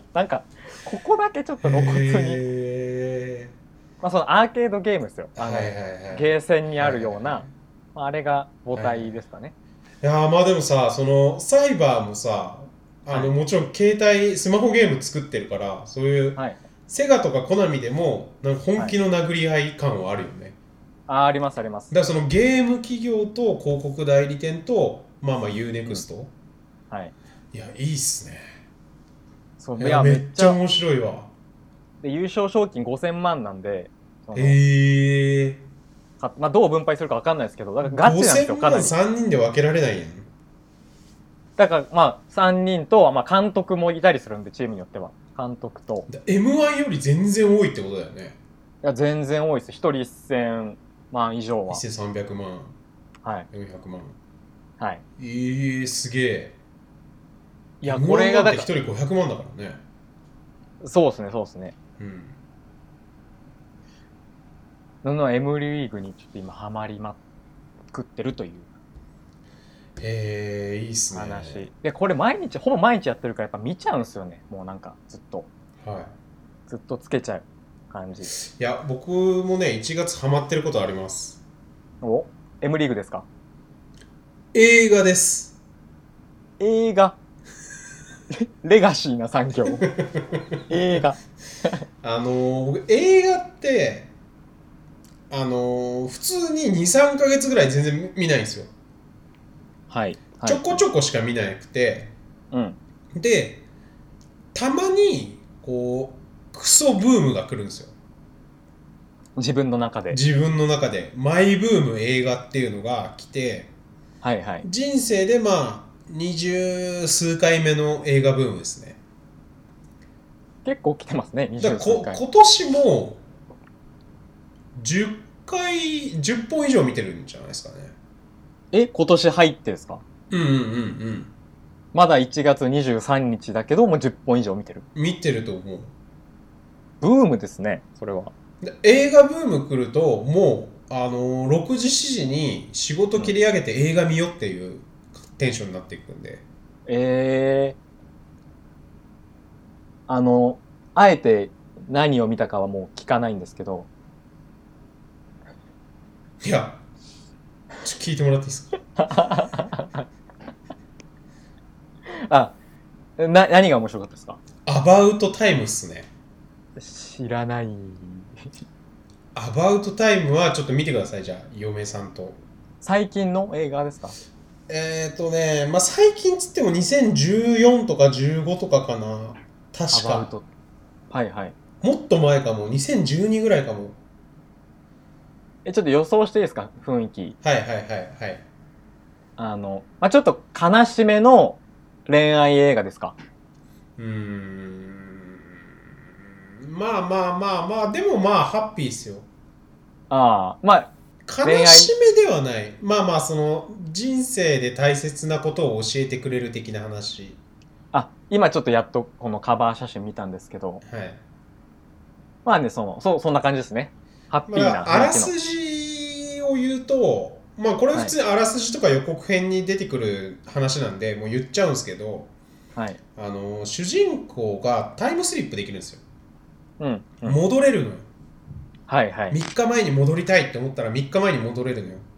A: なんか、ここだけちょっと露骨に。まあそのアーケードゲームですよ。あの、はいはいはい、ゲーセンにあるような、はいはいはい、まあ、あれが母体ですかね。
B: はいはい、いやまあでもさ、その、サイバーもさ、あの、はい、もちろん携帯、スマホゲーム作ってるから、そういう、はい、セガとかコナミでも、なんか本気の殴り合い感はあるよね。はい、
A: あ, ありますあります。
B: だからそのゲーム企業と広告代理店とまあまあ ユーネクスト、うん、
A: はい。
B: いやいいっすね。
A: そう
B: いやめっちゃ面白いわ。
A: で優勝賞金ごせんまんなんで、
B: へえ。
A: まあどう分配するかわかんないですけど、だからガチなんですよ。かなり
B: ごせんまんさんにんで分けられないやん。
A: だからまあさんにんとまあ監督もいたりするんでチームによっては監督と。
B: エムワン より全然多いってことだよね。
A: いや全然多いです。ひとりせんまん以上は。
B: せんさんびゃくまん。
A: はい。
B: よんひゃくまん。
A: はい。
B: えー、すげえ。
A: いや、これがだ
B: から。ひとりごひゃくまんだからね。
A: そうですね、そうですね。うん。の M リーグにちょっと今ハマりまくってるという。
B: へえー、いいっすね。
A: 話。で、これ毎日、ほぼ毎日やってるからやっぱ見ちゃうんですよね。もうなんかずっと。
B: はい。
A: ずっとつけちゃう感じ。い
B: や、僕もね、いちがつハマってることあります。
A: お ?M リーグですか？
B: 映画です。
A: 映画レガシーな産業。映画
B: あの僕映画ってあの普通に にさんかげつぐらい全然見ないんですよ。
A: はい、はい、
B: ちょこちょこしか見なくて、
A: うん、
B: でたまにこうクソブームが来るんですよ。
A: 自分の中で
B: 自分の中でマイブーム映画っていうのが来て、
A: はいはい、
B: 人生でまあ二十数回目の映画ブームですね。
A: 結構来てますね。二十数回。
B: 今年もじゅっかいじゅっぽん以上見てるんじゃないですかね。
A: え、今年入ってですか？
B: うんうんうんうん。
A: まだいちがつにじゅうさんにちだけどもうじゅっぽん以上見てる。
B: 見てると思う。
A: ブームですね、それは。
B: 映画ブーム来るともうあのー、ろくじしちじに仕事切り上げて映画見よっていうテンションになっていくんで。
A: えー、あのあえて何を見たかはもう聞かないんですけど。
B: いやちょ聞いてもらっていいですか？
A: あ、な何が面白かったですか？
B: アバウトタイムっすね。
A: 知らない。
B: アバウトタイムはちょっと見てください。じゃあ嫁さんと。
A: 最近の映画ですか？
B: えっとねまあ最近つってもにせんじゅうよんとかじゅうごとかかな確か。アバウト。
A: はいはい。
B: もっと前かも。にせんじゅうにぐらいかも。
A: え、ちょっと予想していいですか？雰囲気。
B: はいはいはいはい。
A: あの、まあ、ちょっと悲しめの恋愛映画ですか？
B: うーん。まあまあまあまあ、でもまあハッピーですよ。
A: ああ、まあ
B: 悲しめではない。まあまあその人生で大切なことを教えてくれる的な話。
A: あ、今ちょっとやっとこのカバー写真見たんですけど、
B: はい。
A: まあね、そのそそんな感じですね。ハッピーな、
B: まあ、あらすじを言うと、まあこれ普通にあらすじとか予告編に出てくる話なんで、もう言っちゃうんですけど、
A: はい、
B: あの主人公がタイムスリップできるんですよ。
A: うんうん、
B: 戻れるのよ。
A: はいはい。
B: みっかまえに戻りたいって思ったらみっかまえに戻れるのよ。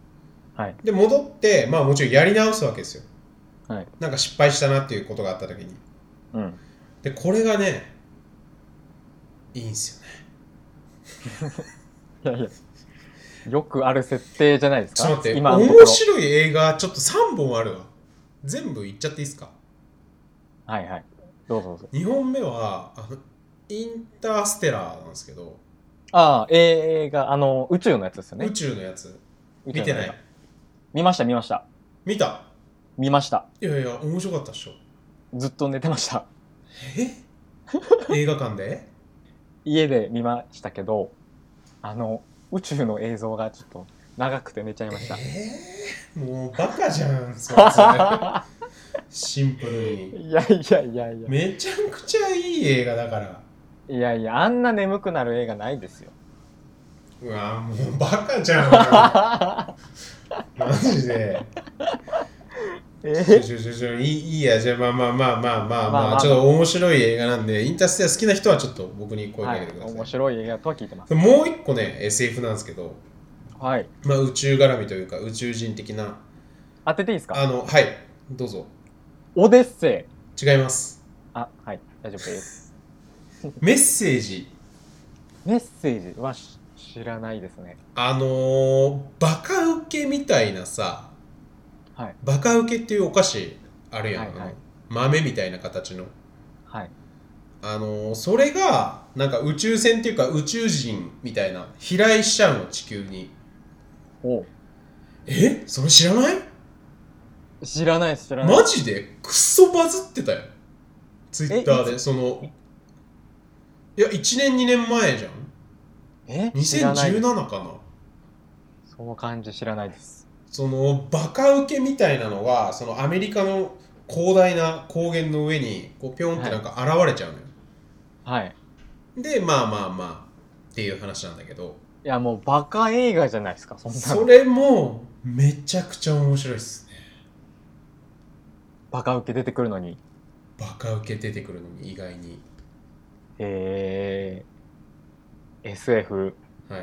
A: はい、
B: で戻ってまあもちろんやり直すわけですよ、
A: はい、
B: なんか失敗したなっていうことがあった時に、
A: うん、
B: でこれがねいいんすよね
A: いやいやよくある設定じゃないですか。
B: ちょっと待って、
A: 今
B: 面白い映画ちょっとさんぼんあるわ。全部言っちゃっていいですか。
A: はいはい、どうぞどうぞ。
B: にほんめはあのインターステラーなんですけど。
A: ああ、映画、あの宇宙のやつですよね。
B: 宇宙のやつ見てない。
A: 見ました見ました。
B: 見た
A: 見ました。
B: いやいや面白かったっしょ。
A: ずっと寝てました。
B: え映画館で
A: 家で見ましたけど、あの宇宙の映像がちょっと長くて寝ちゃいました。
B: えー、もうバカじゃんそいつシンプルに。
A: いやいやいやいや、
B: めちゃくちゃいい映画だから。
A: いやいや、あんな眠くなる映画ないですよ。
B: うわもうバカじゃんマジでえー、ちょちょちょいいいいやじゃあまあまあまあまあまあまあ、まあ、ちょっと面白い映画なんでインターステラー好きな人はちょっと僕に声かけてください、はい、
A: 面白い映画とは聞いてます。
B: もう一個ね エスエフ なんですけど、
A: はい、
B: まあ宇宙絡みというか宇宙人的な。
A: 当てていいですか。
B: あのはいどうぞ。
A: オデッセ
B: イ。違います。
A: あ、はい大丈夫です
B: メッセージ。
A: メッセージは知らないですね。
B: あのー、バカウケみたいなさ、
A: はい、
B: バカウケっていうお菓子あるやん、はいはい、豆みたいな形の、
A: はい、
B: あのー、それがなんか宇宙船っていうか宇宙人みたいな飛来しちゃうの地球に。
A: お
B: えそれ知らない？
A: 知らないです知らない。
B: マジでクソバズってたよツイッターで。そのいやいちねんにねんまえじゃん。えにせんじゅうななかな。
A: その感じ知らないです。
B: そのバカウケみたいなのがそのアメリカの広大な高原の上にこうピョンってなんか現れちゃうのよ。はい。でまあまあまあっていう話なんだけど。
A: いやもうバカ映画じゃないですかそんなの。
B: それもめちゃくちゃ面白いっすね。
A: バカウケ出てくるのに。
B: バカウケ出てくるのに意外に。
A: へえー、エスエフ。
B: はい。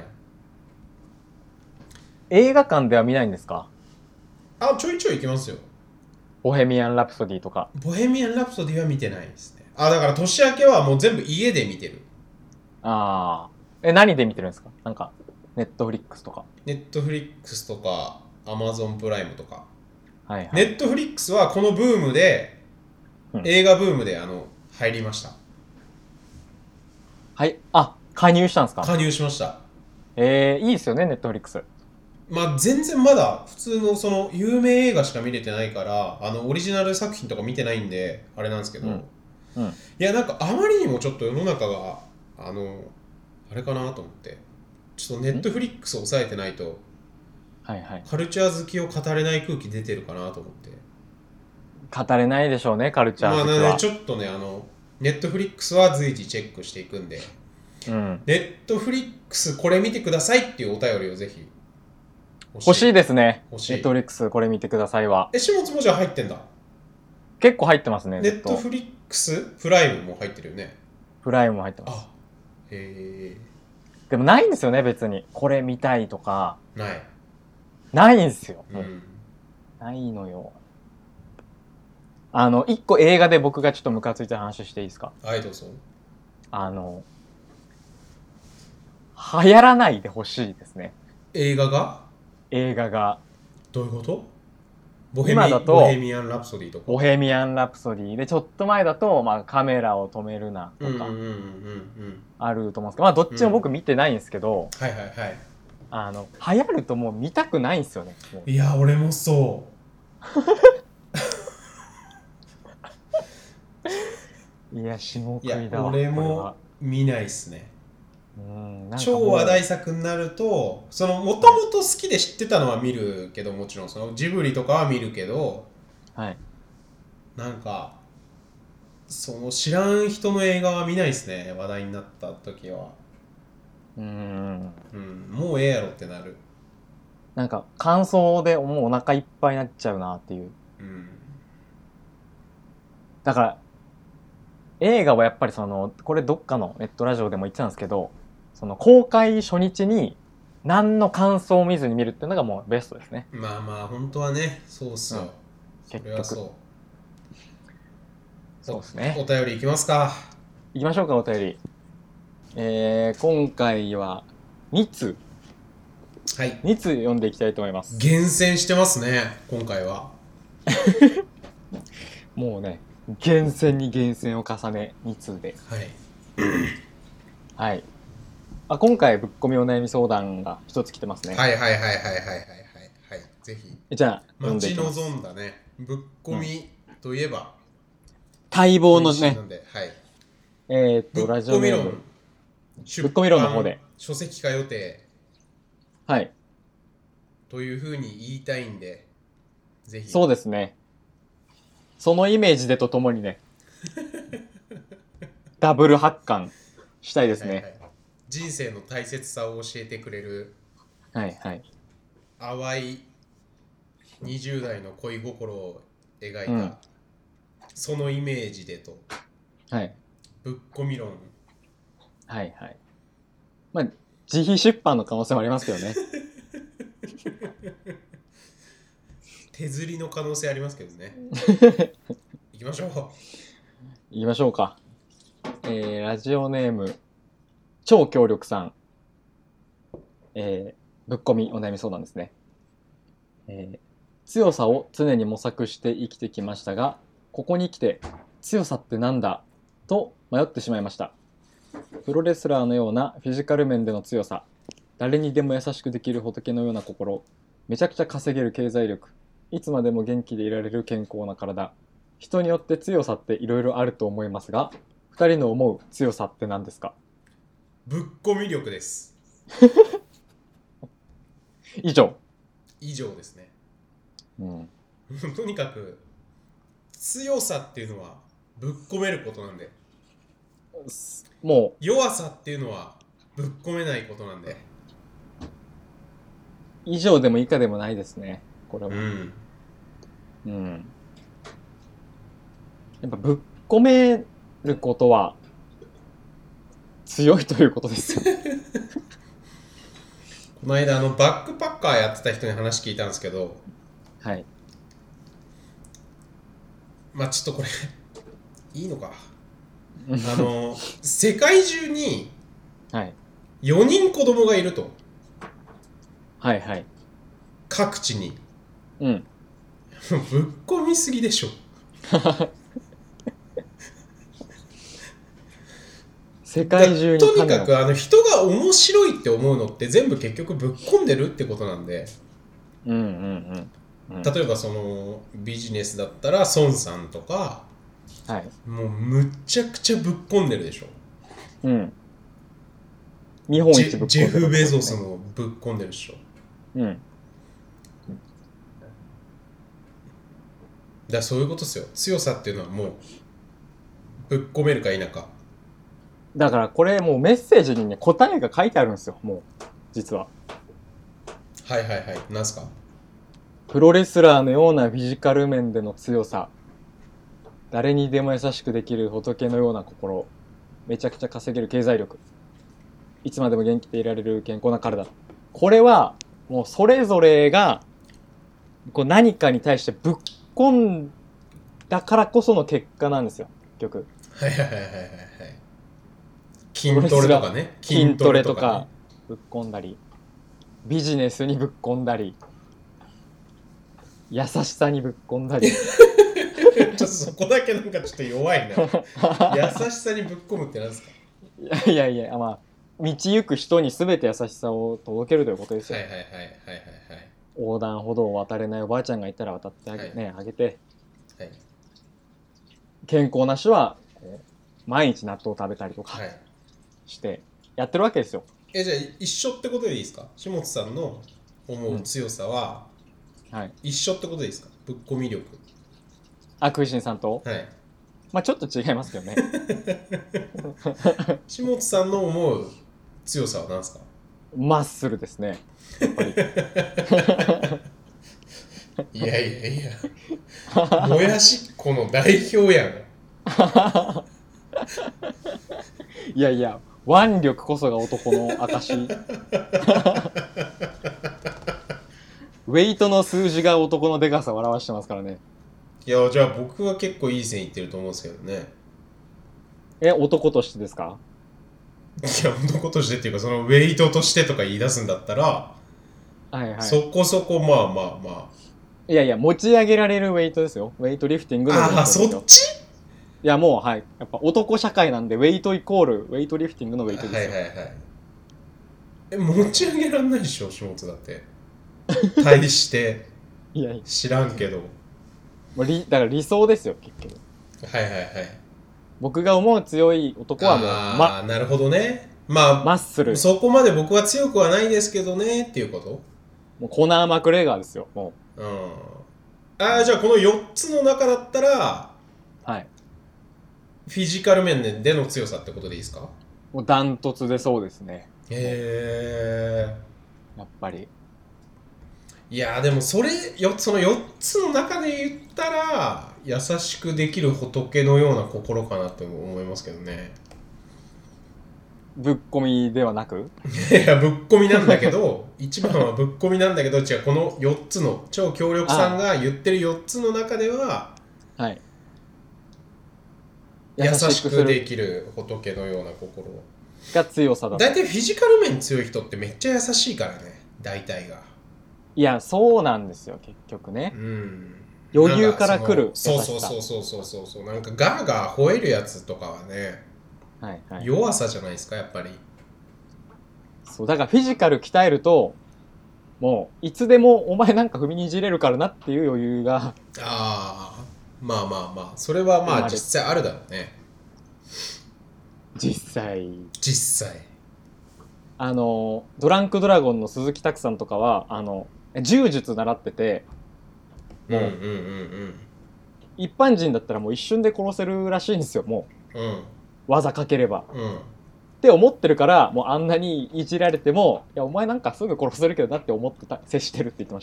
A: 映画館では見ないんですか？
B: あ、ちょいちょい行きますよ。
A: ボヘミアン・ラプソディとか。
B: ボヘミアン・ラプソディは見てないですね。あ、だから年明けはもう全部家で見てる。
A: ああ。え、何で見てるんですか？なんかネットフリックスとか。
B: ネットフリックスとかアマゾンプライムとか。
A: はいはい。
B: ネットフリックスはこのブームで、うん、映画ブームであの入りました。
A: はい。あ、加入したんですか？
B: 加入しました。
A: えー、いいですよねネットフリックス。
B: まあ全然まだ普通のその有名映画しか見れてないからあのオリジナル作品とか見てないんであれなんですけど、うんうん、いやなんかあまりにもちょっと世の中があのあれかなと思ってちょっとネットフリックスを抑えてないと、はいはい、カルチャー好きを語れない空気出てるかなと思って。
A: 語れないでしょうねカルチャー好きは。
B: まあねちょっとねあのネットフリックスは随時チェックしていくんで、うん、ネットフリックスこれ見てくださいっていうお便りをぜひ
A: 欲しいですね。ネットフリックスこれ見てくださいは。
B: え、下津もじゃあ入ってんだ。
A: 結構入ってますね。
B: ネットフリックスプライムも入ってるよね。
A: プライムも入ってます。
B: あ、へえ。
A: でもないんですよね別に。これ見たいとか。
B: ない。
A: ないんですよ。
B: うん。
A: ないのよ。あの一個映画で僕がちょっとムカついた話していいですか？
B: はい、どうぞ。
A: あの流行らないでほしいですね。
B: 映画が？
A: 映画が
B: どういうこと？ボヘミ今だとボヘミアン・ラプソディとか。
A: ボヘミアン・ラプソディでちょっと前だと、まあ、カメラを止めるなとかあると思うんですけど、まあどっちも僕見てないんですけど、
B: うん、はいはいはい。
A: あの流行るともう見たくないんですよね。
B: いや俺もそういや
A: 下食いだわ。
B: 俺も見ないっすね。うん超話題作になるとそのもともと好きで知ってたのは見るけどもちろんそのジブリとかは見るけど、はい、なんかその知らん人の映画は見ないですね話題になった時は。うん、うん、もうええやろってなる。
A: なんか感想でもうお腹いっぱいになっちゃうなっていう、うん、だから映画はやっぱりそのこれどっかのネットラジオでも言ってたんですけどその公開初日に何の感想を見ずに見るっていうのがもうベストですね。
B: まあまあ本当はね、そうっすよ、うん、
A: 結局
B: そう
A: そうですね。
B: お便りいきますか。
A: いきましょうか、お便り。えー、今回はにつう、はい、につう読んでいきたいと思います。
B: 厳選してますね、今回は。
A: もうね、厳選に厳選を重ねにつうで。
B: はい。
A: はい。あ、今回ぶっこみお悩み相談が一つ来てますね。
B: はいはいはいはいはいはいはいはい。ぜひ。
A: じゃあ
B: 待ち望んだね。ぶっこみといえば、
A: うん、待望のね。
B: はい。
A: えー、っとラジオネーム
B: ぶっこみ論の方で書籍化予定。
A: はい。
B: というふうに言いたいんで、ぜひ。
A: そうですね。そのイメージでとともにね、ダブル発刊したいですね。はいはいはい、
B: 人生の大切さを教えてくれる、
A: はいはい、
B: 淡いにじゅう代の恋心を描いた、うん、そのイメージでと、
A: はい、
B: ぶっこみ論。
A: はいはい。まあ自費出版の可能性もありますけどね。
B: 手刷りの可能性ありますけどね。行きましょう。
A: 行きましょうか。えー、ラジオネーム超強力さん、えー、ぶっこみお悩み相談ですね。えー、強さを常に模索して生きてきましたが、ここに来て強さってなんだと迷ってしまいました。プロレスラーのようなフィジカル面での強さ、誰にでも優しくできる仏のような心、めちゃくちゃ稼げる経済力、いつまでも元気でいられる健康な体、人によって強さっていろいろあると思いますが、ふたりの思う強さって何ですか？
B: ぶっこみ力です。
A: 以上。
B: 以上ですね。
A: うん、
B: とにかく強さっていうのはぶっこめることなんで、
A: もう
B: 弱さっていうのはぶっこめないことなんで、
A: 以上でも以下でもないですね、これは。うん、うん、やっぱぶっこめることは強いということですよ。
B: この間あのバックパッカーやってた人に話聞いたんですけど、
A: はい。
B: まあちょっとこれいいのか。あの世界中によにん子供がいると。
A: はいはい。
B: 各地に。
A: うん。
B: ぶっこみすぎでしょ。
A: 世界中に
B: とにかくあの人が面白いって思うのって全部結局ぶっこんでるってことなんで、
A: うんうんうんうん、
B: 例えばそのビジネスだったら孫さんとか、
A: はい、
B: もうむっちゃくちゃぶっこんでるでしょ。
A: うん。日本一ぶっこんでる、ね、
B: ジェフ・ベゾスもぶっこんでるでしょ。
A: うん。
B: だからそういうことですよ。強さっていうのはもうぶっこめるか否か。
A: だからこれもうメッセージにね答えが書いてあるんですよ、もう実は。
B: はいはいはい。なんすか？
A: プロレスラーのようなフィジカル面での強さ、誰にでも優しくできる仏のような心、めちゃくちゃ稼げる経済力、いつまでも元気でいられる健康な体。これはもうそれぞれがこう何かに対してぶっこんだからこその結果なんですよ、結局。
B: はいはいはいはいはい。筋トレとかね。
A: 筋トレとかぶっこんだり、ビジネスにぶっこんだり、優しさにぶっこんだり。ち
B: ょっとそこだけなんかちょっと弱いな。優しさにぶっこむってなんですか？
A: いやいやいや、まあ道行く人に全て優しさを届けるということですよ。
B: はいはいはいはいはいはい。
A: 横断歩道を渡れないおばあちゃんがいたら渡ってあげ、はい、ね、あげて、はい、健康な人は毎日納豆を食べたりとかしてやってるわけですよ。
B: え、じゃあ一緒ってことでいいですか？下津さんの思う強さは、うんはい、一緒ってことでいいですか？ぶっこみ力。
A: あ、食いしんさんと、
B: はい、
A: まあちょっと違いますけどね。
B: 下津さんの思う強さは何ですか？
A: マッスルですね、やっぱり。
B: いやいやいや、もやしっこの代表やん。
A: いやいや、 腕力こそが男の証ウェイトの数字が男のデカさを表してますからね。
B: いや、じゃあ僕は結構いい線いってると思うんですけどね。
A: え、男としてですか？
B: いや、男としてっていうか、そのウェイトとしてとか言い出すんだったら、
A: はいはい、
B: そこそこまあまあまあ。
A: いやいや、持ち上げられるウェイトですよ。ウェイトリフティングのウェイトですよ。
B: ああ、そっち？
A: いや、もう、はい。やっぱ男社会なんで、ウェイトイコール、ウェイトリフティングのウェイトですよ。
B: はいはいはい。え、持ち上げらんないでしょ、下津だって。対して。いやいや。知らんけど。
A: もうりだから理想ですよ、結局。
B: はいはいはい。
A: 僕が思う強い男はもう、
B: ああ、ま、なるほどね。まあ、
A: マッスル。
B: そこまで僕は強くはないですけどね、っていうこと？
A: もうコナー・マクレガーですよ、も
B: う。うん。ああ、じゃあこのよっつの中だったら、
A: はい。
B: フィジカル面での強さってことでいいですか？
A: もうダントツでそうですね。
B: へえ。
A: やっぱり。
B: いやでもそれよそのよっつの中で言ったら優しくできる仏のような心かなと思いますけどね。
A: ぶっこみではなく
B: いやぶっこみなんだけど一番はぶっこみなんだけど違うこのよっつの超強力さんが言ってるよっつの中では
A: はい
B: 優しくできる仏のような心
A: が強さだ。
B: だいたいフィジカル面強い人ってめっちゃ優しいからね大体が。
A: いやそうなんですよ結局ね、
B: うん、
A: 余裕から来る
B: そうそうそうそうそうそうそうなんかガーガー吠えるやつとかはね、
A: はいはい、
B: 弱さじゃないですかやっぱり。
A: そうだからフィジカル鍛えるともういつでもお前なんか踏みにじれるからなっていう余裕が
B: ああまあまあまあそれはまあ実際あるだろうね。
A: 実際
B: 実際
A: あのドランクドラゴンの鈴木拓さんとかはあの柔術習っててもう,、うんうんうんうん、一般人だったらもう一瞬で殺せるらしいんですよもう、うん、技かければ、うん、って思ってるからもうあんなにいじられてもいやお前なんかすぐ殺せるけどなって思ってた接してるって言ってました。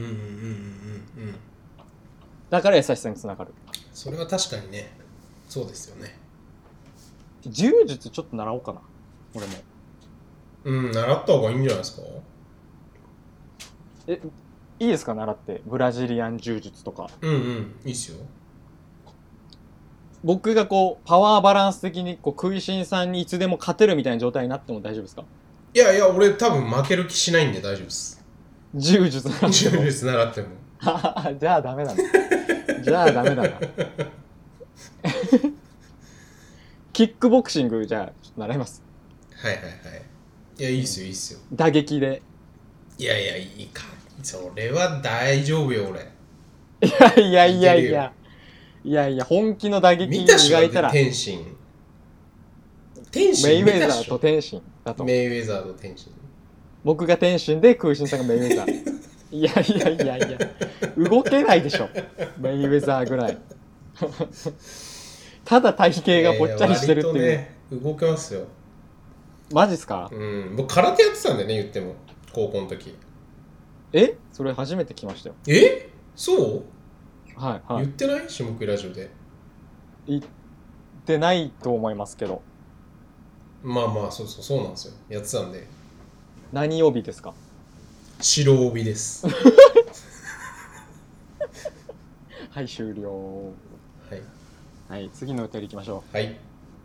A: だから優しさにつながる。
B: それは確かにねそうですよね。
A: 柔術ちょっと習おうかな俺も。
B: うん習った方がいいんじゃないですか。
A: えいいですか習ってブラジリアン柔術とか。
B: うんうんいいっすよ。
A: 僕がこうパワーバランス的にこう食いしんさんにいつでも勝てるみたいな状態になっても大丈夫ですか？
B: いやいや俺多分負ける気しないんで大丈夫です。
A: 柔術習っても
B: 柔術習っても
A: じゃあダメだなじゃあダメだなキックボクシングじゃあちょっと習います。
B: はいはいはい。いやいいっすよいいっすよ。
A: 打撃で。
B: いやいやいいかそれは大丈夫よ俺。
A: いやいやいやいやいやいや本気の打撃磨いたら
B: 天心天心
A: メイウェザーと天心だと。
B: メイウェザーと天心
A: 僕が天心で空心さんがメイウェザーいやいやいやいや動けないでしょメイウェザーぐらいただ体型がぽっちゃりしてるっていう、
B: えー、割とね動けますよ。
A: マジっすか？
B: うん僕空手やってたんだよね言っても高校の時。
A: えそれ初めて来ましたよ。
B: えそう
A: はいはい。
B: 言ってない下食いラジオで。
A: 言ってないと思いますけど。
B: まあまあそうそうそうなんですよやってたんで。
A: 何帯ですか？
B: 白帯です
A: はい終了。はいはい、次のお便りいきましょ
B: う。はい。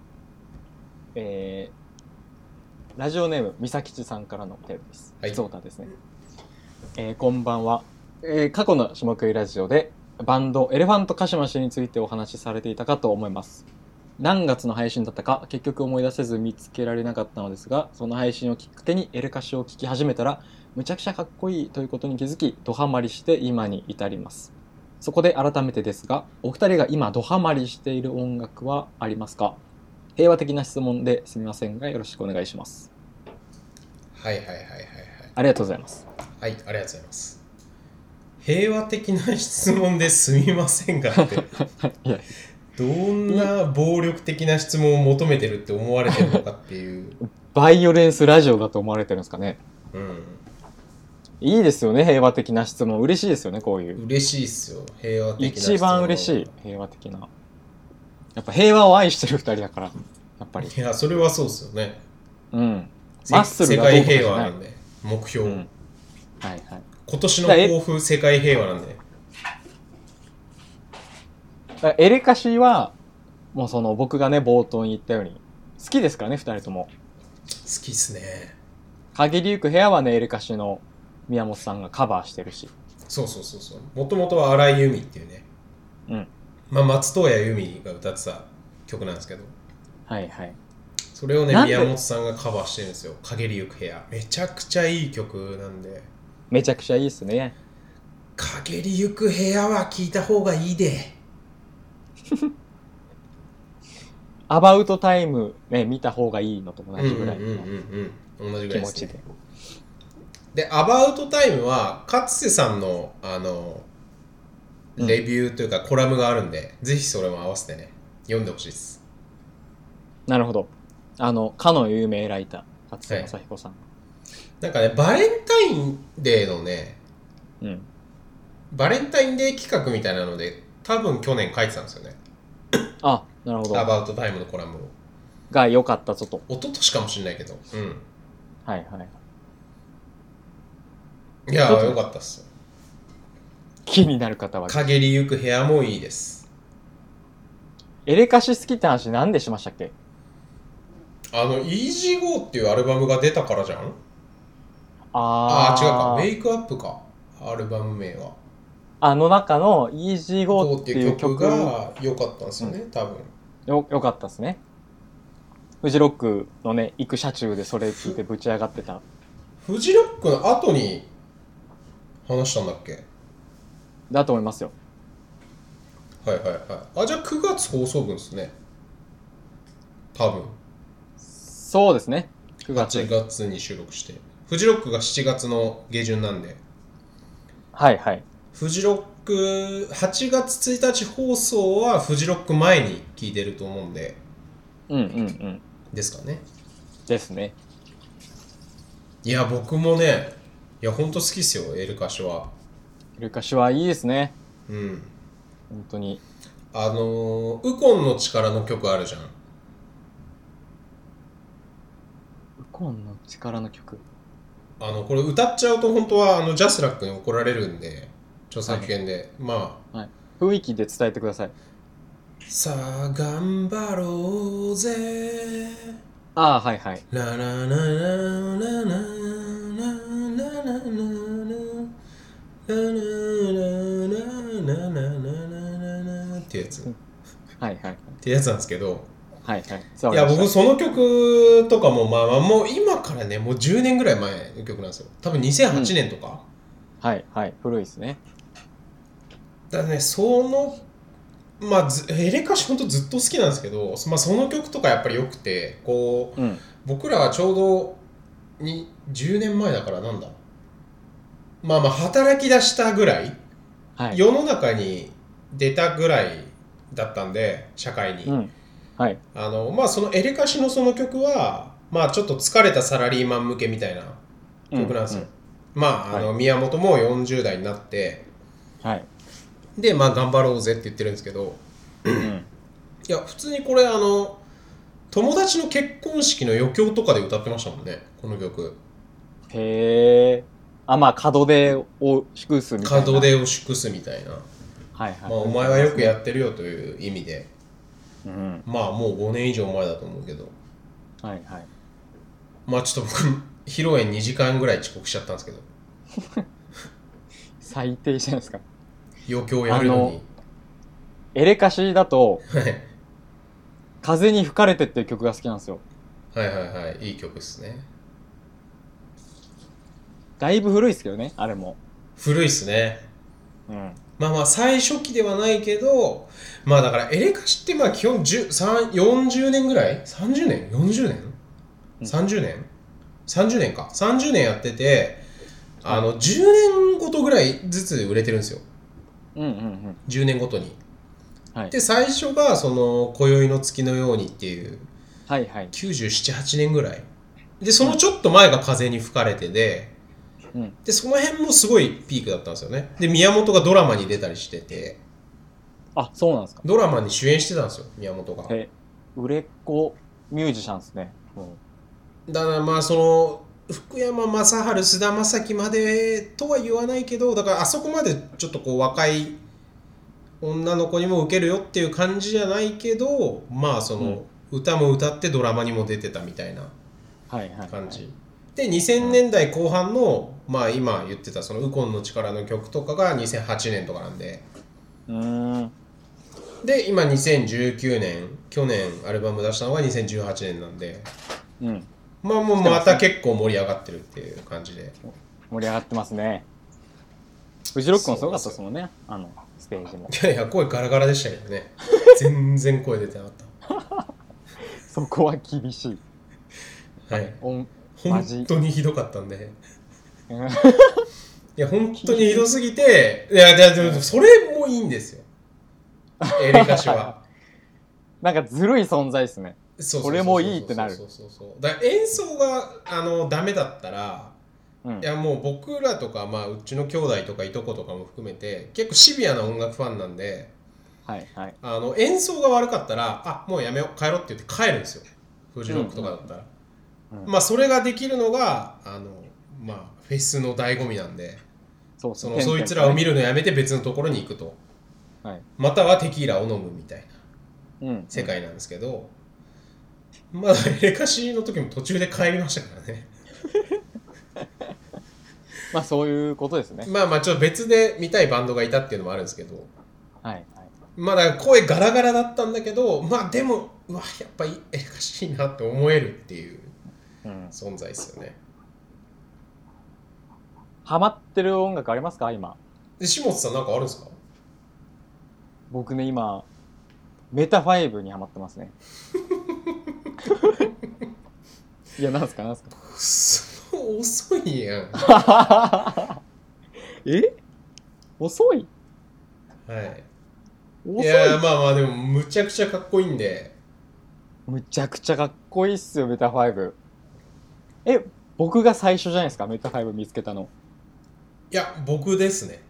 A: えー、ラジオネームみさきちさんからのお便りです。
B: はい。
A: そうだですね。えー、こんばんは。えー、過去の下食いラジオでバンドエレファントカシマシについてお話しされていたかと思います。何月の配信だったか結局思い出せず見つけられなかったのですが、その配信をきっかけにエレカシを聴き始めたらむちゃくちゃかっこいいということに気づきドハマりして今に至ります。そこで改めてですが、お二人が今ドハマりしている音楽はありますか？平和的な質問ですみませんがよろしくお願いします。
B: はいはいはいはいはい。
A: ありがとうございます。
B: はい、ありがとうございます。平和的な質問ですみませんがっていやどんな暴力的な質問を求めてるって思われてるのかっていう
A: バイオレンスラジオだと思われてるんですかね。うん、いいですよね平和的な質問。嬉しいですよねこういう。
B: 嬉しいっすよ平和的な質問。
A: 一番嬉しい平和的な。やっぱ平和を愛してるふたりだからやっぱり。
B: いやそれはそうっすよね。
A: うん、
B: マッスルが世界平和なんで目標、うん、
A: はいはい、
B: 今年の抱負世界平和なんで。
A: エレカシはもうその僕がね冒頭に言ったように好きですからね、ふたりとも。
B: 好きっすね。
A: 限りゆく部屋はねエレカシの宮本さんがカバーしてるし。
B: そうそうそうそう。もともとは荒井由実っていうね、
A: うん、
B: まあ松任谷由実が歌ってた曲なんですけど、
A: はいはい、
B: それをね宮本さんがカバーしてるんですよ。限りゆく部屋、めちゃくちゃいい曲なんで。
A: めちゃくちゃいいっすね。
B: 限りゆく部屋は聴いた方がいいで。
A: アバウトタイムね見た方がいいのと同じぐらいの気持ちで。
B: で、アバウトタイムは勝瀬さんのあのレビューというかコラムがあるんで、うん、ぜひそれも合わせてね読んでほしいです。
A: なるほど。あのかの有名ライター勝瀬正彦さん、はい、
B: なんかねバレンタインデーのね、
A: うん、
B: バレンタインデー企画みたいなので多分去年書いてたんですよね。
A: あ、なるほど。
B: アバウトタイムのコラムを
A: が良かったぞと。
B: 一昨年かもしれないけど、うん、
A: はいはい。
B: いやーよかったっす。
A: 気になる方は
B: 限りゆく部屋もいいです。
A: エレカシ好きって話なんでしましたっけ？
B: あの イージーゴー っていうアルバムが出たからじゃん。
A: あ
B: あー違うか、ウェイクアップか、アルバム名は。
A: あの中の イージーゴー っていう曲
B: が良かったんですよね、うん、多分
A: よよかったですね。フジロックのね行く車中でそれ聞いてぶち上がってた。
B: フジロックの後に話したんだっけ？
A: だと思いますよ。
B: はいはいはい。あ、じゃあくがつ放送分ですね。多分。
A: そうですね。くがつ。
B: はちがつに収録して。フジロックがしちがつの下旬なんで。
A: はいはい。
B: フジロックはちがつついたち放送はフジロック前に聞いてると思うんで。
A: うんうんうん。
B: ですかね。
A: ですね。
B: いや僕もね、いやほんと好きっすよエルカシは。
A: エルカシはいいですね。
B: うん。
A: 本当に。
B: あのー、ウコンの力の曲あるじゃん。ウ
A: コンの力の曲。
B: あのこれ歌っちゃうと本当はあのジャスラックに怒られるんで著作権で、はい、まあ、
A: はい、雰囲気で伝えてください。
B: さあ頑張ろうぜ。
A: ああはいはい。
B: ラララララララララララってやつ。
A: はいはい。
B: ってやつなんですけど。
A: はいはい。
B: いや僕その曲とかもまあまあもう今からねもうじゅうねんぐらい前の曲なんですよ。多分にせんはちねんとか。
A: うん、はいはい古いですね。
B: だからねそのまあエレカシほんとずっと好きなんですけど、まあ、その曲とかやっぱり良くてこう、うん、僕らはちょうどにじゅうねんまえだからなんだまあまあ働き出したぐらい、はい、世の中に出たぐらいだったんで社会に、うんはい、あのまあそのエレカシのその曲はまあちょっと疲れたサラリーマン向けみたいな曲なんですよ、うんうん、まああの、はい、宮本もよんじゅう代になって、はい、でまあ頑張ろうぜって言ってるんですけど、うん、いや普通にこれあの友達の結婚式の余興とかで歌ってましたもんねこの曲。
A: へえ。あまあ門出を祝すみたいな。
B: 門出を祝すみたいな、はいはい、まあ、お前はよくやってるよという意味で、うん、まあもうごねん以上前だと思うけど、はいはい、まあちょっと僕披露宴にじかんぐらい遅刻しちゃったんですけど
A: 最低じゃないですか。
B: 余興やるのに。
A: エレカシだと風に吹かれてっていう曲が好きなんですよ。
B: はいはいはい、いい曲ですね。
A: だいぶ古いですけどね、あれも。
B: 古いっすね。うん。まあまあ最初期ではないけど、まあだからエレカシってまあ基本よんじゅうねんぐらい ?さんじゅうねん ?よんじゅうねん、うん、?さんじゅうねん ?さんじゅう 年か。さんじゅうねんやってて、あのじゅうねんごとぐらいずつ売れてるんですよ。うんうんうん。じゅうねんごとに。はい、で最初がその今宵の月のようにっていう、はいはい、きゅうじゅうなな、はちねんぐらいで、そのちょっと前が風に吹かれてで、うん、でその辺もすごいピークだったんですよね。で宮本がドラマに出たりしてて。
A: あ、そうなんですか。
B: ドラマに主演してたんですよ宮本が。
A: え売れっ子ミュージシャンですね。
B: だからまあその福山雅治、菅田将暉までとは言わないけど、だからあそこまでちょっとこう若い女の子にも受けるよっていう感じじゃないけど、まあその、うん、歌も歌ってドラマにも出てたみたいな感じ、はいはいはい、でにせんねんだいこう半の、まあ今言ってたそのウコンの力の曲とかがにせんはちねんとかなんで、うーんで今にせんじゅうきゅうねん、去年アルバム出したのがにせんじゅうはちねんなんで、うん、まあもうまた結構盛り上がってるっていう感じで、
A: 盛り上がってますね。フジロックもすごかったですもんね、あのステージも。
B: いやいや声ガラガラでしたけどね全然声出てなかった
A: そこは厳しい。
B: はい、本当にひどかったんでいや本当にひどすぎて、いやでもそれもいいんですよエレカシは
A: なんかずるい存在ですね。これもいいってなる。
B: そうそうそう。だから演奏があのダメだったら、うん、いやもう僕らとか、まあ、うちの兄弟とかいとことかも含めて結構シビアな音楽ファンなんで、はいはい、あの演奏が悪かったらあもうやめよう帰ろうって言って帰るんですよ、フジロックとかだったら、うんうん、まあそれができるのがあの、まあ、フェスの醍醐味なんで、そうそのそいつらを見るのやめて別のところに行くと、はい、またはテキーラを飲むみたいな世界なんですけど、うん、まあエレカシの時も途中で帰りましたからね
A: まあそういうことですね。
B: まあまあちょっと別で見たいバンドがいたっていうのもあるんですけど、はいはい、まあだから声ガラガラだったんだけど、まあでもうわやっぱりエレカシいなって思えるっていう存在ですよね、
A: うん、ハマってる音楽ありますか今？
B: で下津さんなんかあるんですか？
A: 僕ね今メタファイブにハマってますねいやなんすかなんす
B: か遅いやん
A: え遅い？
B: はい遅い。いやまあまあでもむちゃくちゃかっこいいんで。
A: むちゃくちゃかっこいいっすよメタファイブ。え僕が最初じゃないですかメタファイブ見つけたの。
B: いや僕ですね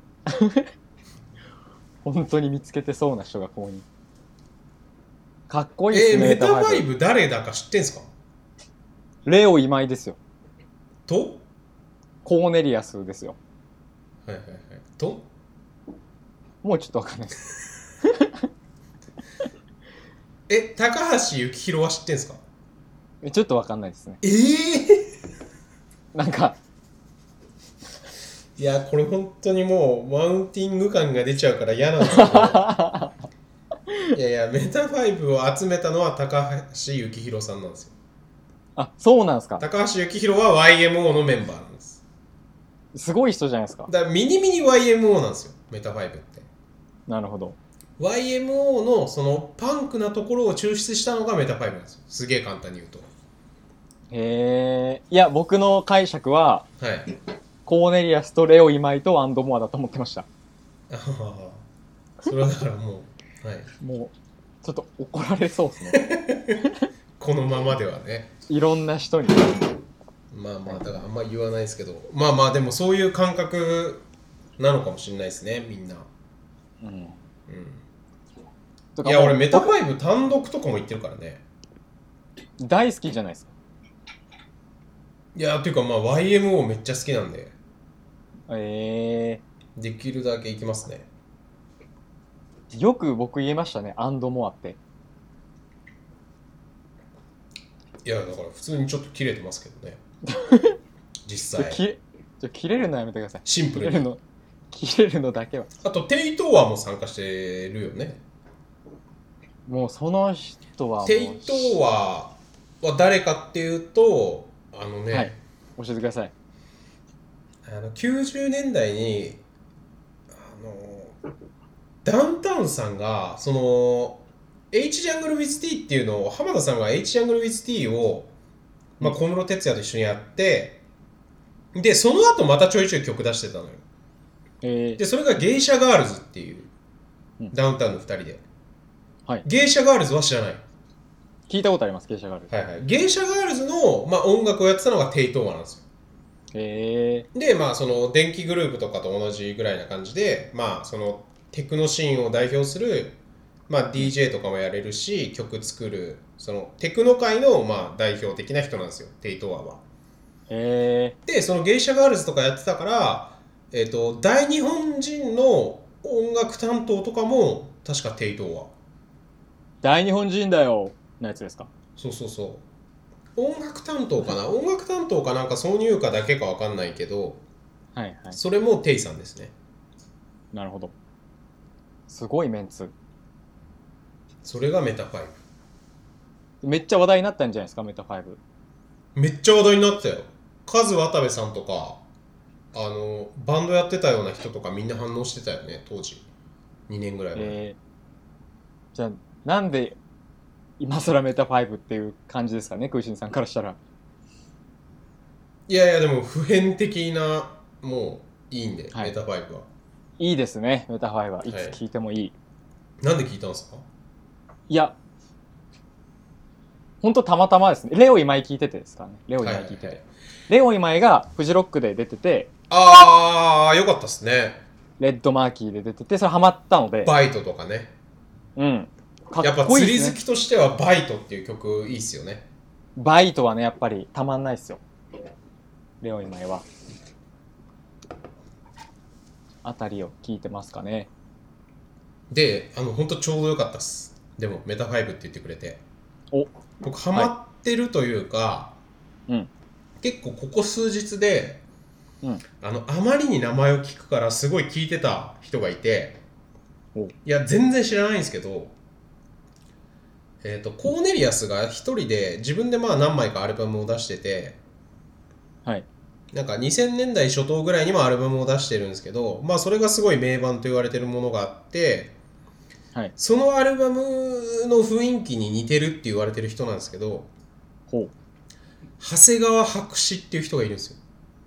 A: 本当に見つけてそうな人がここに。かっこいい
B: っすね。えー、メタファイブ誰だか知ってんすか？
A: レオ今井ですよ。
B: と
A: コーネリアスですよ。
B: はいはいはい。と
A: もうちょっとわかんないです
B: え、高橋幸宏は知ってんすか？
A: えちょっとわかんないですね。
B: ええ
A: ー、なんか
B: いやこれ本当にもうマウンティング感が出ちゃうから嫌なんですけどいやいやメタファイブを集めたのは高橋幸宏さんなんですよ。
A: あ、そうなんですか。
B: 高橋幸宏は ワイエムオー のメンバーなんです。
A: すごい人じゃないですか。
B: だからミニミニ ワイエムオー なんですよメタファイブって。
A: なるほど。
B: ワイエムオー のそのパンクなところを抽出したのがメタファイブなんですよ。すげえ簡単に言うと。
A: へえ。いや僕の解釈は、はい、コーネリアスとレオ今井とアンドモアだと思ってました。
B: ああ、それはだからもう、はい、
A: もうちょっと怒られそうですね
B: このままではね。
A: いろんな人に。
B: まあまあだからあんま言わないですけど、まあまあでもそういう感覚なのかもしれないですねみんな。うん。うん、いや俺メタファイブ単独とかも言ってるからね。
A: 大好きじゃないですか。
B: いやっていうかまあ ワイエムオー めっちゃ好きなんで。
A: え
B: ー、できるだけ行きますね。
A: よく僕言えましたねアンドモアって。
B: いやだから普通にちょっと切れてますけどね実際。
A: ちょ切れるのやめてください。
B: シンプルに
A: 切れるの切れるのだけは。
B: あとテイトーアも参加してるよね。
A: もうその人はもう
B: テイトーアは誰かっていうとあのね、はい、
A: 教えてください。
B: あのきゅうじゅうねんだいにあのダウンタウンさんがその H ジャングル with T っていうのを浜田さんが H ジャングル with T を、まあ、小室哲哉と一緒にやってでその後またちょいちょい曲出してたのよ。えー、でそれがゲイシャガールズっていう、うん、ダウンタウンのふたりで、はい、ゲイシャガールズは知らない？
A: 聞いたことありますゲイシャガールズ。
B: はいはい、ゲイシャガールズの、まあ、音楽をやってたのがテイトーアなんですよ。へえ。でまあその電気グループとかと同じぐらいな感じでまあそのテクノシーンを代表するまあ、ディージェー とかもやれるし曲作るそのテクノ界のまあ代表的な人なんですよ、テイトワは。
A: へー。
B: でそのゲイシャガールズとかやってたから、えー、と大日本人の音楽担当とかも確かテイトワ。
A: 大日本人だよのやつですか？
B: そうそうそう、音楽担当かな音楽担当かなんか挿入歌だけか分かんないけど、
A: はいはい、
B: それもテイさんですね。
A: なるほど、すごいメンツ。
B: それがメタファイ
A: ブ。めっちゃ話題になったんじゃないですか、メタファイブ。
B: ブめっちゃ話題になったよ。カズ渡部さんとかあのバンドやってたような人とかみんな反応してたよね、当時にねんぐらい前。え
A: ー、じゃあなんで今更メタファイブっていう感じですかね、クイシンさんからしたら。
B: いやいやでも普遍的なもういいんで、はい、メタファイブはい
A: いですね。メタファイブはいつ聞いてもいい、はい、
B: なんで聞いたんですか？
A: いやほんとたまたまですね。レオ今井聞いててですからね。レオ今井聞いてて、はいはいはい、レオ今井がフジロックで出てて、
B: ああよかったっすね。
A: レッドマーキーで出てて、それハマったので。
B: バイトとかね。
A: うん
B: かっこいいですね。やっぱ釣り好きとしてはバイトっていう曲いいっすよね。
A: バイトはねやっぱりたまんないっすよ、レオ今井は。あたりを聞いてますかね。
B: であのほんとちょうどよかったっす。でもメタファイブって言ってくれて、
A: お
B: 僕ハマってるというか、はい、うん、結構ここ数日で、うん、あのあまりに名前を聞くからすごい聞いてた人がいて、いや全然知らないんですけど、えーと、コーネリアスが一人で自分でまあ何枚かアルバムを出してて、
A: はい、
B: なんかにせんねんだい初頭ぐらいにもアルバムを出してるんですけど、まあそれがすごい名盤と言われてるものがあって、はい、そのアルバムの雰囲気に似てるって言われてる人なんですけど、ほう長谷川博士っていう人がいるんですよ。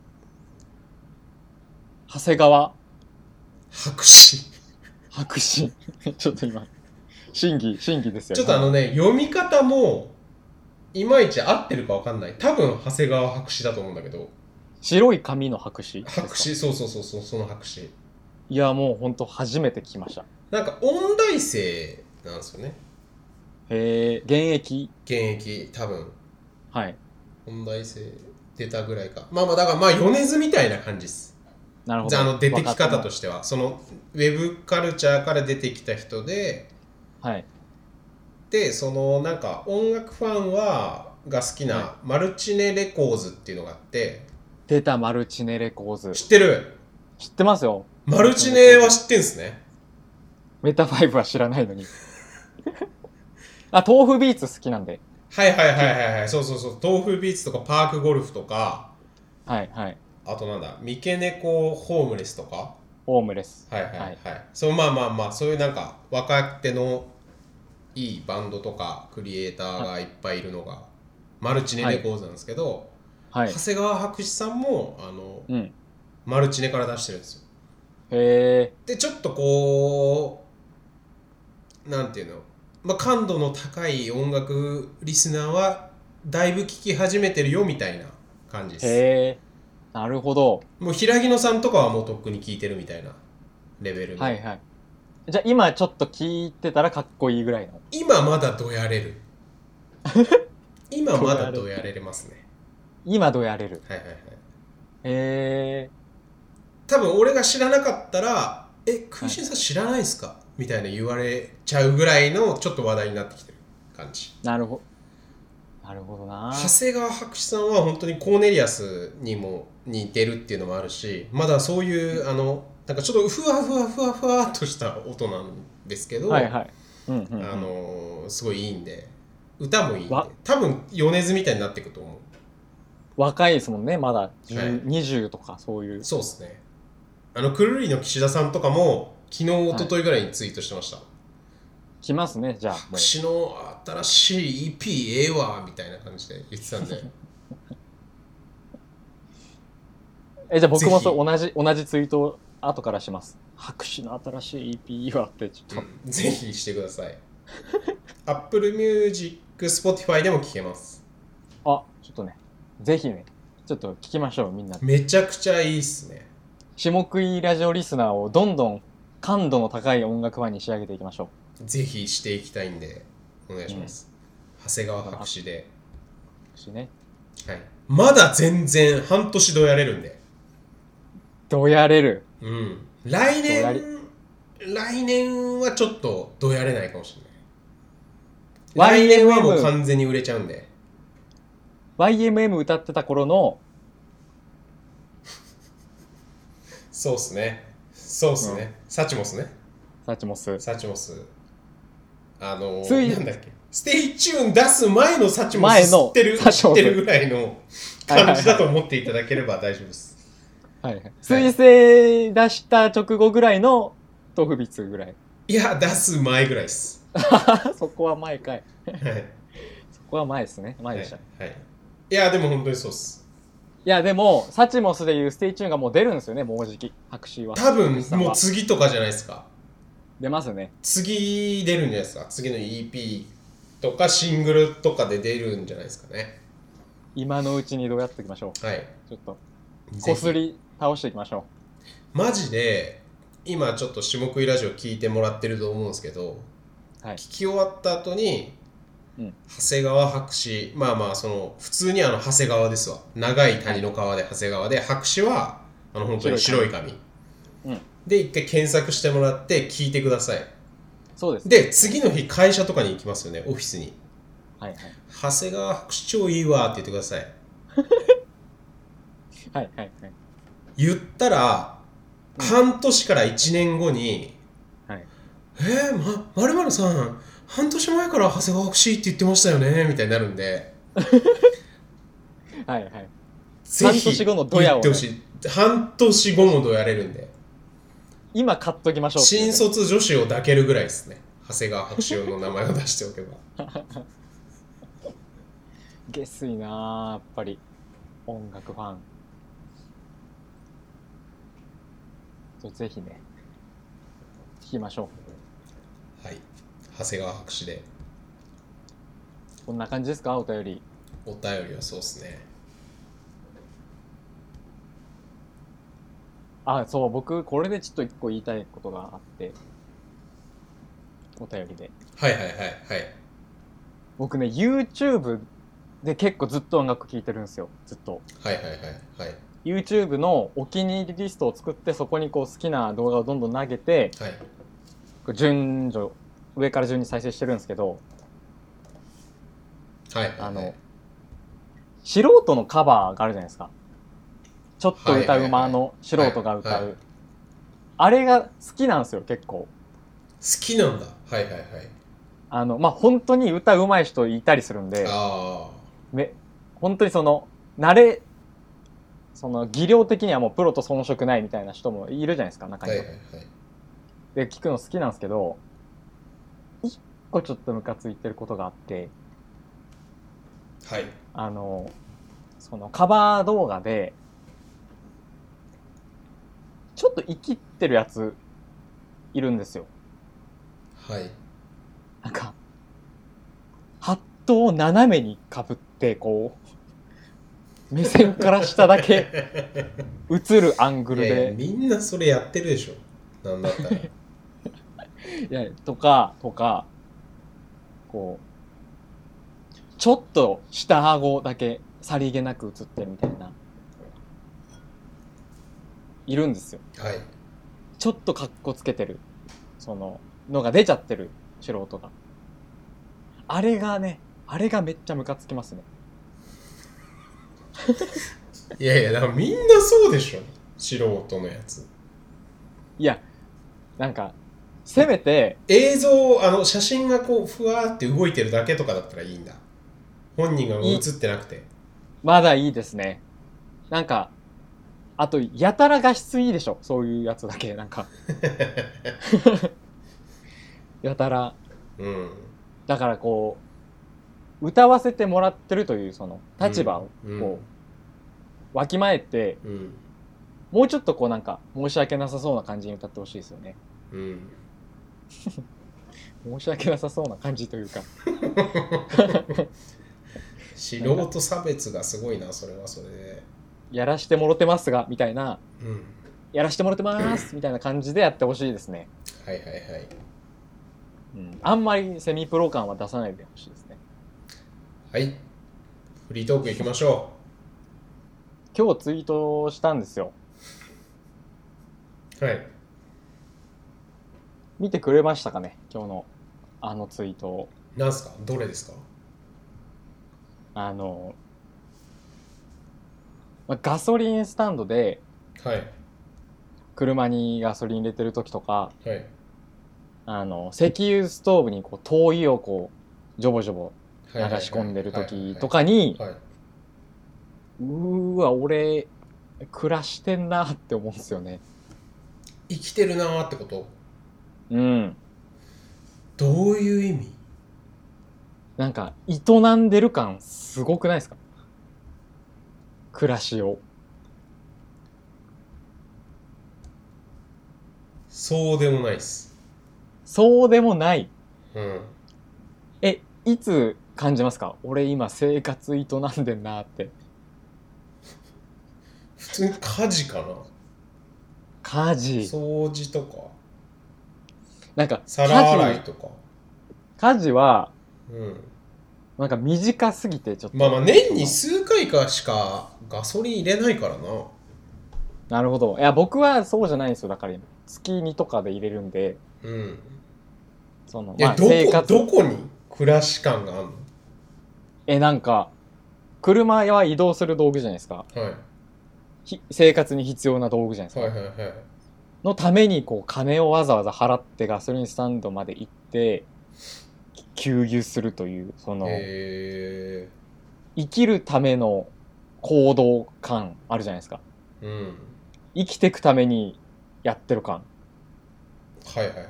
A: 長谷川
B: 博士
A: 博士ちょっと今審議審議ですよね。
B: ちょっとあのね読み方もいまいち合ってるか分かんない。多分長谷川博士だと思うんだけど。
A: 白い髪の博士
B: 博士、そうそうそうそうその博士。
A: いやもうほんと初めて聞きました。
B: なんか音大生なんですよね。
A: へえ、現役
B: 現役多分。
A: はい。
B: 音大生出たぐらいか。まあまあだからまあ米津みたいな感じです。
A: なるほど。
B: あの出てき方としてはそのウェブカルチャーから出てきた人で、
A: はい。
B: でそのなんか音楽ファンはが好きなマルチネレコーズっていうのがあって、はい、
A: 出たマルチネレコーズ。
B: 知ってる？
A: 知ってますよ。
B: マルチネは知ってんすね。
A: メタファイブは知らないのにあ、豆腐ビーツ好きなんで。
B: はいはいはいはいはい、そうそうそう、豆腐ビーツとかパークゴルフとか、
A: はいはい、
B: あとなんだ三毛猫ホームレスとか。
A: ホームレス、
B: はいはいはい、はい、そうまあまあまあそういうなんか若手のいいバンドとかクリエイターがいっぱいいるのがマルチネレコーズなんですけど、はいはい、長谷川博士さんもあの、うん、マルチネから出してるんですよ。
A: へ
B: ー。でちょっとこうなんていうの、まあ、感度の高い音楽リスナーはだいぶ聴き始めてるよみたいな感じです。
A: へー、なるほど。
B: もう平木野さんとかはもうとっくに聴いてるみたいなレベルの。
A: はいはい。じゃあ今ちょっと聴いてたらかっこいいぐらいの。
B: 今まだどやれる今まだどやれれますね。
A: 今どやれる。
B: はいはいはい。
A: へー。
B: 多分俺が知らなかったらえ、クイシンさん知らないですか、はい、みたいな言われちゃうぐらいのちょっと話題になってきてる感じ。
A: なるほどなるほどな。
B: 長谷川博士さんは本当にコーネリアスにも似てるっていうのもあるし、まだそういうあのなんかちょっとふわふわふわふわっとした音なんですけど、はいはい、うんうんうん、あのすごいいいんで、歌もいいんで多分米津みたいになっていくと思う。
A: 若いですもんね、まだ、はい、にじゅうとかそういう。
B: そうですね。あのくるりの岸田さんとかも昨日一昨日ぐらいにツイートしてました。はい、
A: 来ますね、じゃあ。
B: 博士の新しい イーピー ええわみたいな感じで言ってたんで
A: え、じゃあ僕もそう同じ同じツイートを後からします。博士の新しい イーピー いいわってちょっと、
B: うん、ぜひしてくださいApple Music、Spotify でも聴けます。
A: あ、ちょっとね、ぜひね、ちょっと聞きましょう、みんなで。
B: めちゃくちゃいいっすね。
A: 下食いラジオリスナーをどんどん感度の高い音楽ファンに仕上げていきましょ
B: ぜひしていきたいんでお願いします、うん、長谷川博士で
A: 博士ね、
B: はい、まだ全然半年どやれるんで
A: どやれる、
B: うん、来年来年はちょっとどやれないかもしれない。来年はもう完全に売れちゃうんで。
A: ワイエムエム 歌ってた頃の
B: そうっすねそうっすね、うん、サチモスね
A: サチモス
B: サチモスあのー、なんだっけステイチューン出す前のサチモス知ってる知ってるぐらいの感じだと思っていただければ大丈夫です。
A: はいはい、彗星出した直後ぐらいの豆腐ビツぐらい。
B: いや出す前ぐらいです
A: そこは前かい、はい、そこは前ですね前でした、
B: はいはい、いやでも本当にそうっす。
A: いやでもサチモスでいうステイチューンがもう出るんですよね、もうじき白紙は
B: 多分もう次とかじゃないですか。
A: 出ますね、
B: 次出るんじゃないですか。次の イーピー とかシングルとかで出るんじゃないですかね。
A: 今のうちにどうやっていきましょう。
B: はい、
A: ちょっとこすり倒していきましょ
B: う。マジで今ちょっと下食いラジオ聞いてもらってると思うんですけど、はい、聞き終わった後に、うん、長谷川博士、まあまあその普通にあの長谷川ですわ、長い谷の川で長谷川で、博士はあの本当に白い髪、うん、で一回検索してもらって聞いてください。
A: そうです、
B: で次の日会社とかに行きますよね、オフィスに、
A: はいはい、
B: 長谷川博士超いいわって言ってください
A: はいはいはい、
B: 言ったら、うん、半年からいちねんごに、はい、えー、ま、〇〇さん半年前から長谷川博士って言ってましたよねみたいになるんで
A: はいはい、
B: ぜひ半年後のドヤを、ね、言ってほしい。半年後もドヤれるんで
A: 今買っときましょう、ね、
B: 新卒女子を抱けるぐらいですね、長谷川博士の名前を出しておけば
A: 下水なあ、やっぱり音楽ファンぜひね聞きましょ
B: う。はい、長谷川博士で。
A: こんな感じですか、お便り。
B: お便りはそうですね。
A: あ、そう、僕これでちょっと一個言いたいことがあって、お便りで。
B: はいはいはいはい。
A: 僕ね YouTube で結構ずっと音楽聴いてるんですよ、ずっと。
B: はいはいはいはい。
A: YouTube のお気に入りリストを作って、そこにこう好きな動画をどんどん投げて、はい、順序上から順に再生してるんですけど、
B: はいはいはい、
A: あの素人のカバーがあるじゃないですか。ちょっと歌うまの素人が歌う、はいはいはい、あれが好きなんですよ、結構。好
B: きなんだ。はいはいはい。
A: あのまあ本当に歌うまい人いたりするんで、
B: あ
A: め本当にその慣れその技量的にはもうプロと遜色ないみたいな人もいるじゃないですか、中には。はいはいはい、で聞くの好きなんですけど、一個ちょっとムカついてることがあって、
B: はい、
A: あのそのカバー動画でちょっと生きってるやついるんですよ。
B: はい。
A: なんかハットを斜めにかぶってこう目線から下だけ映るアングルで。いやいや、
B: みんなそれやってるでしょ、なんだったら。い
A: やとかとかこうちょっと下顎だけさりげなく映ってるみたいないるんですよ。
B: はい。
A: ちょっとカッコつけてるそののが出ちゃってる素人が。あれがね、あれがめっちゃムカつきますね。
B: いやいや、だからみんなそうでしょ、素人のやつ。
A: いや、なんかせめて
B: 映像、あの写真がこうふわーって動いてるだけとかだったらいいんだ。本人が映ってなくて。
A: まだいいですね。なんかあとやたら画質いいでしょ、そういうやつだけなんかやたら、
B: うん、
A: だからこう歌わせてもらってるというその立場をこう、うん、わきまえて、うん、もうちょっとこうなんか申し訳なさそうな感じに歌ってほしいですよね、
B: うん、
A: 申し訳なさそうな感じというか
B: 素人差別がすごいな、それはそれで。
A: やらしてもろてますがみたいな、
B: うん、
A: やらしてもろてますみたいな感じでやってほしいですね。
B: はいはいはい。
A: うん、あんまりセミプロ感は出さないでほしいですね。
B: はい、フリートークいきましょ
A: う。今日ツイートしたんですよ。
B: はい。
A: 見てくれましたかね、今日のあのツイートを。
B: なんすか、どれですか？
A: あの、まあ、ガソリンスタンドで、
B: はい、
A: 車にガソリン入れてる時とか、
B: はい、
A: あの石油ストーブにこう灯油をこうジョボジョボ流し込んでる時とかに、うーわ俺暮らしてんなって思うんですよね。
B: 生きてるなーってこと？
A: うん。
B: どういう意味？
A: なんか営んでる感すごくないですか？暮らしを。
B: そうでもないっす。
A: そうでもない。
B: うん。
A: え、いつ感じますか？俺今生活営んでんなって。
B: 普通に家事かな。
A: 家事。
B: 掃除とか。
A: なんか
B: 皿洗いとか。
A: 家事は、
B: うん。
A: なんか短すぎてちょっと。
B: まあまあ年に数回かしかガソリン入れないからな。
A: なるほど。いや僕はそうじゃないんですよ。だから月にとかで入れるんで。
B: うん。
A: その
B: まあ、生活どこどこに暮らし感があるの？
A: えなんか車は移動する道具じゃないですか。
B: はい。
A: 生活に必要な道具じゃないですか。
B: はいはいはい。
A: のためにこう金をわざわざ払ってガソリンスタンドまで行って給油するというその生きるための行動感あるじゃないですか。
B: うん。
A: 生きていくためにやってる感。
B: はいはいはい。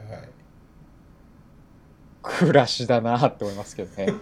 A: 暮らしだなって思いますけどね。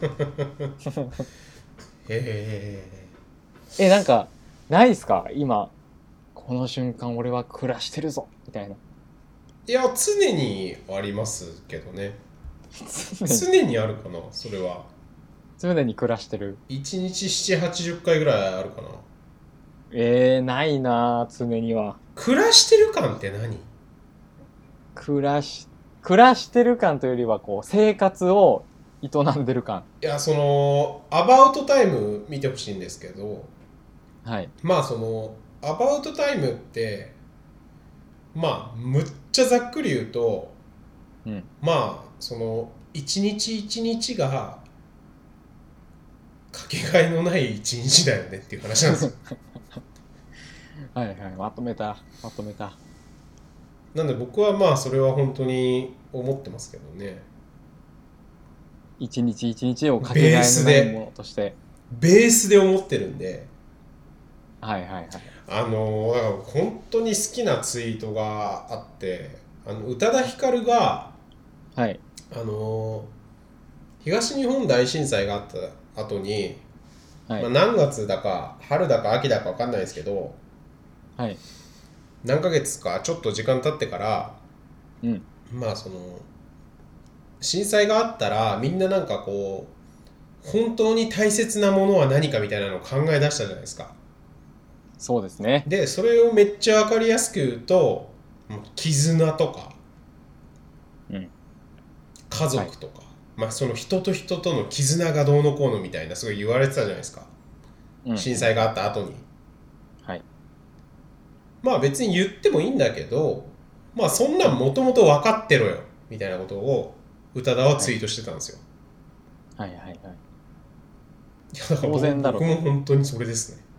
B: へ
A: ええなんかないっすか？今この瞬間俺は暮らしてるぞみたいな。
B: いや常にありますけどね。常にあるかな、それは。
A: 常に暮らしてる。
B: いちにちなな、はちじゅっかいぐらいあるかな。
A: えー、ないな常には。
B: 暮らしてる感って何？
A: 暮らし暮らしてる感というよりはこう生活を営んでる感。
B: いやそのアバウトタイム見てほしいんですけど、
A: はい。
B: まあそのアバウトタイムってまあむっちゃざっくり言うと、うん、まあその一日一日がかけがえのない一日だよねっていう話なんですよ。
A: はいはい、まとめたまとめた。
B: なんで僕はまあそれは本当に思ってますけどね。
A: 一日一日をかけがえのないものとして
B: ベースで思ってるんで。
A: はいはいはい。
B: あのだから本当に好きなツイートがあって、あの宇多田ヒカルが、
A: はい、
B: あの東日本大震災があった後に、はい、まあ、何月だか春だか秋だか分かんないですけど、はい、何ヶ月かちょっと時間経ってから、うん、まあその震災があったらみんななんかこう本当に大切なものは何かみたいなのを考え出したじゃないですか。
A: そうですね。
B: でそれをめっちゃ分かりやすく言うと絆とか、うん、家族とか、はい、まあその人と人との絆がどうのこうのみたいなすごい言われてたじゃないですか、うん、震災があった後に、はい、まあ別に言ってもいいんだけど、まあそんなんもともと分かってろよみたいなことを宇多田はツイートしてたんですよ。はい、はいはいはい。いやだから当然だろう。僕も本当にそれですね。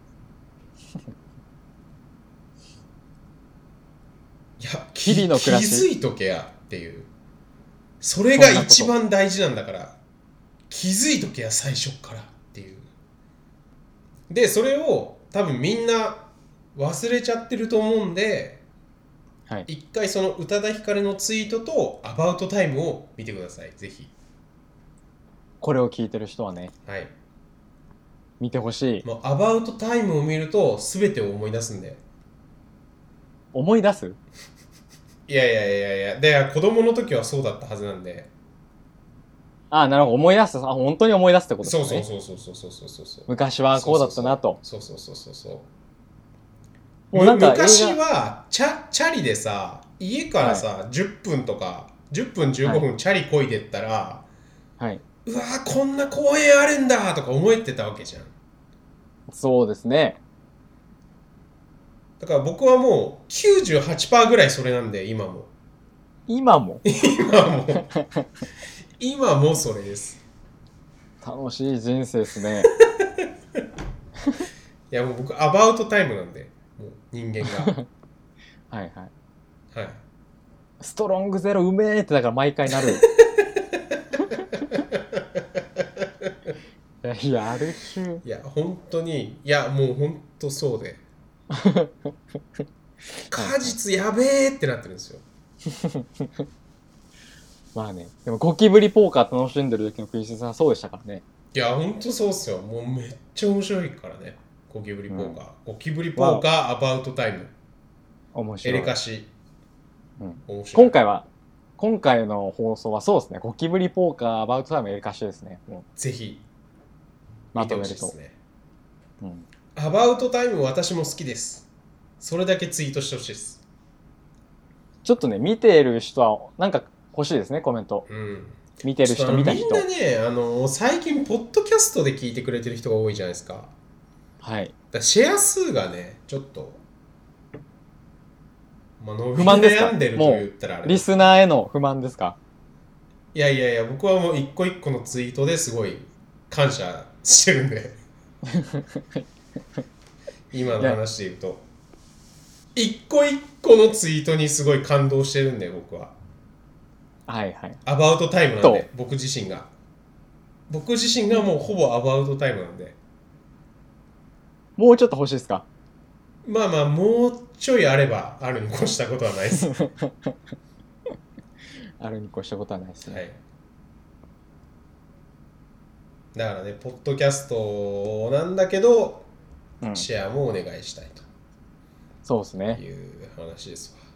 B: いや日々の暮らし気づいとけやっていう、それが一番大事なんだから気づいとけや最初からっていう。でそれを多分みんな忘れちゃってると思うんで、はい、一回その宇多田ヒカルのツイートとアバウトタイムを見てください、ぜひ。
A: これを聞いてる人はね、はい、見てほしい。
B: もうアバウトタイムを見ると全てを思い出すんで。
A: 思い出す？
B: いやいやいやいや、で子供の時はそうだったはずなんで。
A: ああ、なるほど、思い出す。あ、本当に思い出すってことですね。
B: そうそうそうそうそうそうそう。
A: 昔はこうだったなと。
B: そうそうそうそうそう。もうなんか昔はチャチャリでさ、家からさ、はい、じゅっぷんとかじゅっぷんじゅうごふんチャリこいでったら、
A: はい、
B: うわーこんな公園あるんだとか思えてたわけじゃん。
A: そうですね。
B: だから僕はもう きゅうじゅうはちパーセント ぐらいそれなんで、今も
A: 今も
B: 今も今もそれです。
A: 楽しい人生ですね。
B: いやもう僕アバウトタイムなんで、もう人間が
A: はいはい
B: はい、
A: ストロングゼロうめえってだから毎回なるいや、ある種
B: いや本当に、いやもう本当そうで果実やべえってなってるんですよ
A: まあね、でもゴキブリポーカー楽しんでる時のクリスさんそうでしたからね。
B: いや本当そうっすよ。もうめっちゃ面白いからね、ゴキブリポーカー、うん、ゴキブリポーカーアバウトタイム
A: 面白い。
B: エレカシ、
A: うん、面白い。今回は今回の放送はそうですね、ゴキブリポーカーアバウトタイムエレカシですね。も
B: うぜひ
A: まとめると、ね、
B: うん、アバウトタイム私も好きです。それだけツイートしてほしいです。
A: ちょっとね、見てる人はなんか欲しいですね、コメント。うん、見てる人、見た人。
B: みんなね、あの最近ポッドキャストで聞いてくれてる人が多いじゃないですか。
A: はい。
B: だシェア数がね、ちょっと、
A: まあ、伸び悩んでると言ったらあれ。リスナーへの不満ですか？
B: いやいやいや、僕はもう一個一個のツイートですごい感謝してるんで今の話で言うと、一個一個のツイートにすごい感動してるんで、僕は。
A: はいはい。
B: アバウトタイムなんで、僕自身が。僕自身がもうほぼアバウトタイムなんで。
A: もうちょっと欲しいですか？
B: まあまあ、もうちょいあれば、あるに越したことはないです。
A: あるに越したことはないですね。はい。
B: だからね、ポッドキャストなんだけど、うん、シェアもお願いしたいと。
A: そうですね。
B: いう話ですわ。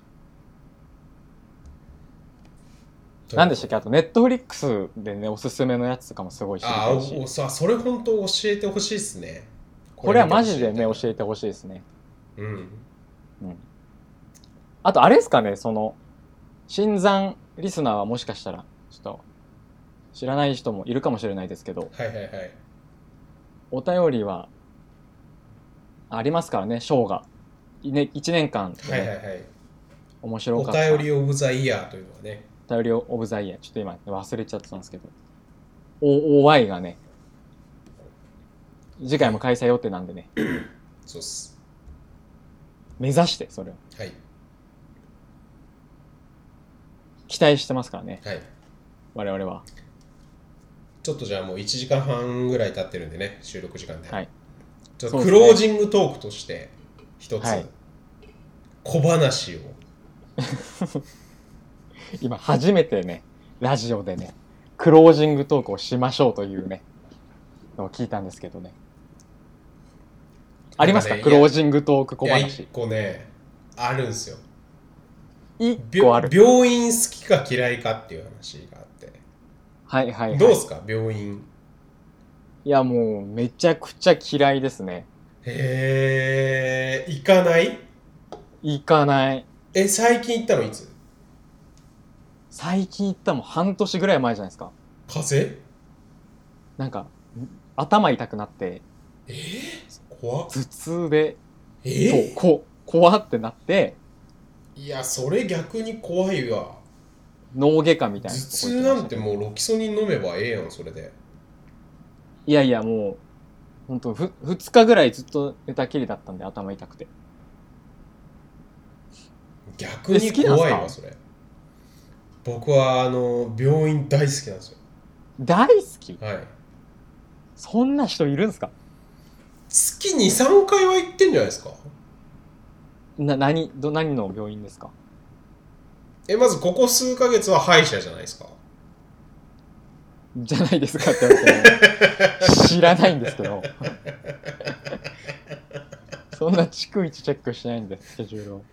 A: 何でしたっけ？あとネットフリックスでね、おすすめのやつとかもすごい知りたいし。
B: ああ、さ、それ本当教えてほしいですね。
A: これはマジでね、教えてほしいですね。
B: うん。うん。
A: あとあれですかね、その新参リスナーはもしかしたらちょっと知らない人もいるかもしれないですけど、
B: はいはいはい。
A: お便りはありますからね、賞が。ね、いちねんかん、ね、
B: はいはいはい。
A: 面白かった。
B: お便りオブザイヤーというのはね。
A: お便りオブザイヤー、ちょっと今忘れちゃってたんですけど、オーワイ がね、次回も開催予定なんでね。
B: そうっす。
A: 目指してそれを。
B: はい。
A: 期待してますからね。
B: はい。
A: 我々は。
B: ちょっとじゃあもういちじかんはんぐらい経ってるんでね、収録時間で。はい。ちょっと
A: ク
B: ロージングトークとして一つ、はい、小話を。
A: 今初めてね、ラジオでね、クロージングトークをしましょうというね、のを聞いたんですけどね。ありますか、クロージングトーク小話。
B: 一個ね、あるんですよ。
A: 一個ある。
B: 病院好きか嫌いかっていう話があって。
A: はいはいはい。
B: どうですか、病院。
A: いやもうめちゃくちゃ嫌いですね。
B: へえ、行かない？
A: 行かない。
B: え、最近行ったのいつ？
A: 最近行ったもん半年ぐらい前じゃないですか。
B: 風邪？
A: なんか頭痛くなって。
B: えー、怖っ。
A: 頭痛で。
B: えー、
A: そうこ怖ってなって。
B: いやそれ逆に怖いわ。
A: 脳外科みたいな。
B: 頭痛なんてもうロキソニン飲めばええやんそれで。
A: いやいやもうほんとふふつかぐらいずっと寝たきりだったんで頭痛くて。
B: 逆に怖いわそれ。僕はあの病院大好きなんですよ。
A: 大好き？
B: はい。
A: そんな人いるんですか？
B: 月 にさんかいは行ってんじゃないですか。
A: な何ど何の病院ですか？
B: えまずここ数ヶ月は歯医者じゃないですか。
A: じゃないですかって言われて知らないんですけどそんな逐一チェックしないんでスケジュールを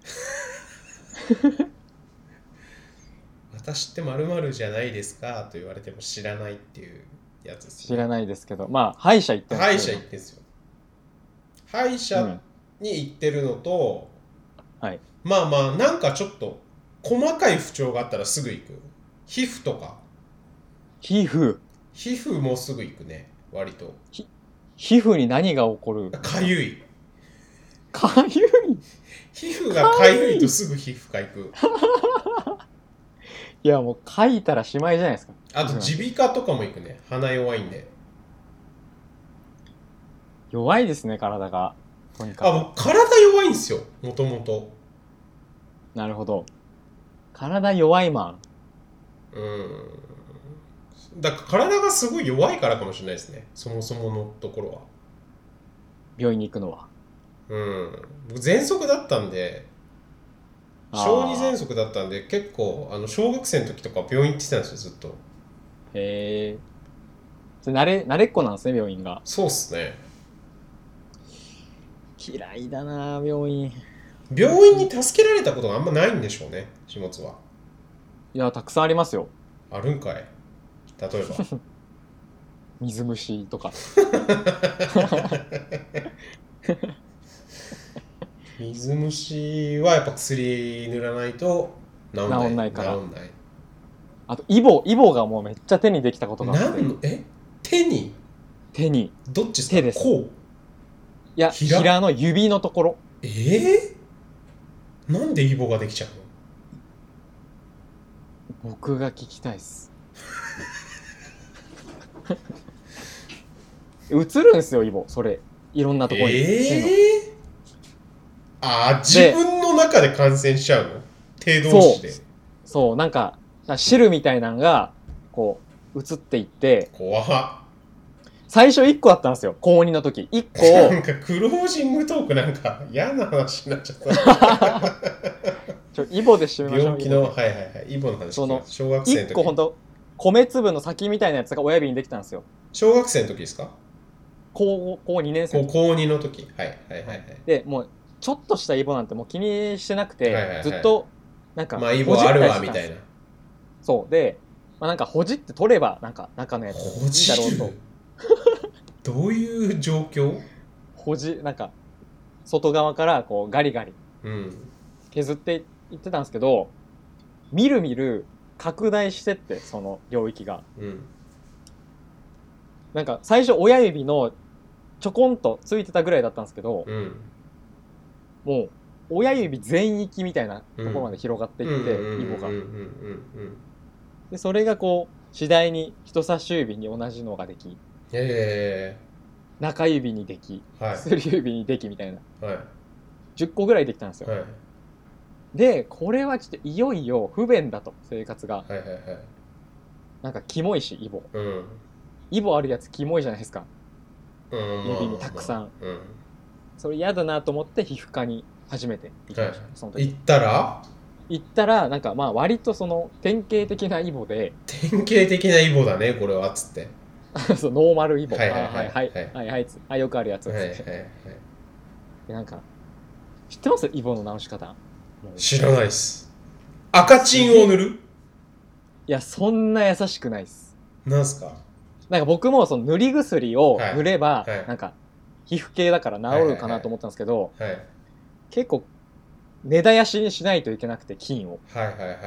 B: 私って〇〇じゃないですかと言われても知らないっていうやつです、
A: ね、知らないですけど、まあ歯医者行ってるん
B: です歯医者行ってんですよ。歯医者に行ってるのと、
A: うん、はい、
B: まあまあなんかちょっと細かい不調があったらすぐ行く。皮膚とか。
A: 皮膚
B: 皮膚もすぐ行くね、割と。
A: 皮膚に何が起こる？
B: かゆい。
A: かゆい
B: 皮膚がかゆいとすぐ皮膚科行く。
A: いやもうかいたらしまいじゃないですか。
B: あと耳鼻科とかも行くね。鼻弱いんで。
A: 弱いですね、体が。とにかく。
B: あ、もう体弱いんですよ、もともと。
A: なるほど。体弱いマ
B: ン。うん。だから体がすごい弱いからかもしれないですね、そもそものところは。
A: 病院に行くのは。
B: うん。僕喘息だったんで、小児喘息だったんで、結構あの小学生の時とか病院行ってたんですよ、ずっと。
A: へえ。それ慣れ慣れっこなんですね、病院が。
B: そうっすね。
A: 嫌いだな、病院。
B: 病院に助けられたことがあんまないんでしょうね、下津は。
A: いや、たくさんありますよ。
B: あるんかい。例えば
A: 水虫とか。
B: 水虫はやっぱ薬塗らないと治んない。
A: 治んないから。
B: 治んない。
A: あとイボ、イボがもうめっちゃ手にできたことがあって。
B: なんえ手に
A: 手に。
B: どっちですか？
A: 手です。
B: こう？
A: いや、平, 平の指のところ。
B: えー、なんでイボができちゃう
A: の？僕が聞きたいっす。映るんですよ、イボ。それいろんなところに。
B: えー、あ、自分の中で感染しちゃうの？手同士で。そう
A: そう、なんか汁みたいなのがこう移っていって。
B: 怖っ。
A: 最初いっこだったんですよ、高にの時。いっこ
B: なんかクロージングトークなんか嫌な話になっちゃった
A: ちょイボで締めましょう。
B: 病気の、はいはいはい、イボの話。
A: その
B: 小学生の時。いっ
A: こほんと米粒の先みたいなやつが親指にできたんですよ。
B: 小学生の時ですか？
A: 高高にねん生の時。
B: 高にの時。はいはいはいはい。
A: でもうちょっとしたイボなんてもう気にしてなくて、はいはいはい、ずっとなんか
B: まあイボあるわみたいな。
A: そうで、まあ、なんかほじって取ればなんか中のやつ
B: ほじるだろうとどういう状況？
A: ほじなんか外側からこうガリガリ削っていってたんですけど、うん、みるみる拡大してってその領域が、うん、なんか最初親指のちょこんとついてたぐらいだったんですけど、うん、もう親指全域みたいなところまで広がっていってイボが、でそれがこう次第に人差し指に同じのができ、
B: へ
A: ー中指にでき、はい、薬指にできみたいな、はい、じゅっこぐらいできたんですよ、はい、でこれはちょっといよいよ不便だと生活が、はいはいはい、なんかキモいしイボ、うん、イボあるやつキモいじゃないですか、うん、指にたくさん、まあまあうん、それ嫌だなと思って皮膚科に初めて行きました、はい、その時
B: 行ったら
A: 行ったらなんかまあ割とその典型的なイボで、
B: 典型的なイボだねこれはっつって
A: そうノーマルイボ、
B: はいはいはい
A: はいはいはいはいはいよくあるやつ、はいはいはい、でなんか知ってます？イボの治し方
B: 知らないっす。赤チンを塗る？
A: いやそんな優しくないっす。
B: なんすか？
A: なんか僕もその塗り薬を塗れば、はいはい、なんか皮膚系だから治るかなと思ったんですけど、はいはいはい、結構根絶やしにしないといけなくて菌を、はいはいはいはい、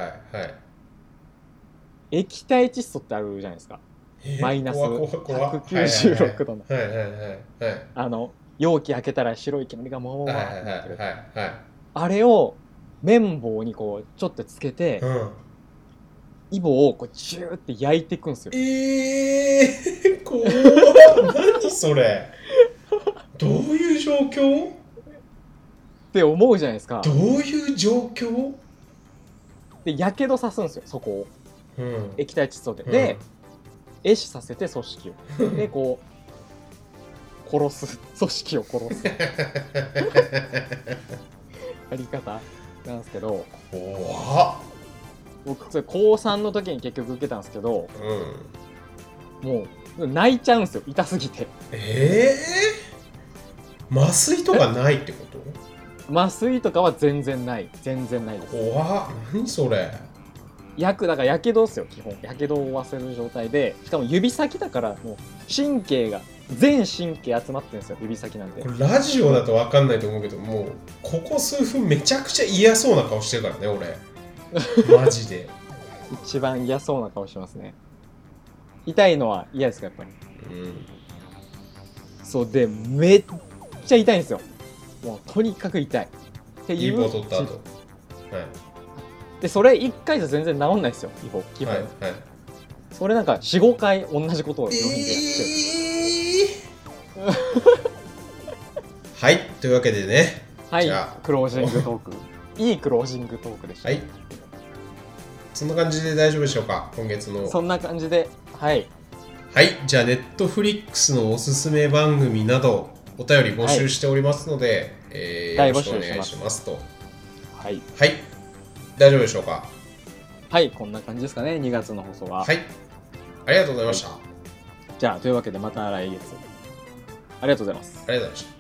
A: 液体窒素ってあるじゃないですか、マイナスひゃくきゅうじゅうろくどのあの容器開けたら白い煙がもうわーってなってる、はいはいはいはい、あれを綿棒にこうちょっとつけて、うん、イボをこうジューって焼いていくんですよ。
B: えー、怖っ何それどういう状況
A: って思うじゃないですか。
B: どういう状況
A: でやけどさすんですよそこを、うん、液体窒素で、うん、で壊死させて組織をでこう殺す組織を殺すやり方なんですけど、
B: 怖っ。
A: 僕それ高さんの時に結局受けたんですけど、うん、もう泣いちゃうんですよ痛すぎて。
B: えー、麻酔とかないってこと？
A: 麻酔とかは全然ない全然ないです。
B: 怖っ何それ。
A: やくだからやけどですよ基本。やけどを負わせる状態で、しかも指先だからもう神経が全神経集まってるんですよ指先なんで。
B: これラジオだと分かんないと思うけど、もうここ数分めちゃくちゃ嫌そうな顔してるからね俺。 マジで
A: 一番嫌そうな顔してますね。痛いのは嫌ですかやっぱり。うん。そうでめっちゃ痛いんですよ。もうとにかく痛いっていう。
B: イボ取った後。はい。
A: でそれいっかいじゃ全然治んないですよイボ基本。はいはい。それなんか よん,ご 回同じことを病院でやってる。え
B: ー、はいというわけでね。
A: はい。じゃあクロージングトーク。いいクロージングトークでした。
B: はい。そんな感じで大丈夫でしょうか今月の。
A: そんな感じではい
B: はいじゃあネットフリックスのおすすめ番組などお便り募集しておりますので、はいえー、よろしくお願いしますと。はいはい大丈夫でしょうか。
A: はいこんな感じですかねにがつの放送は。
B: はいありがとうございました。はい、
A: じゃあというわけでまた来月ありがとうございます。
B: ありがとうございました。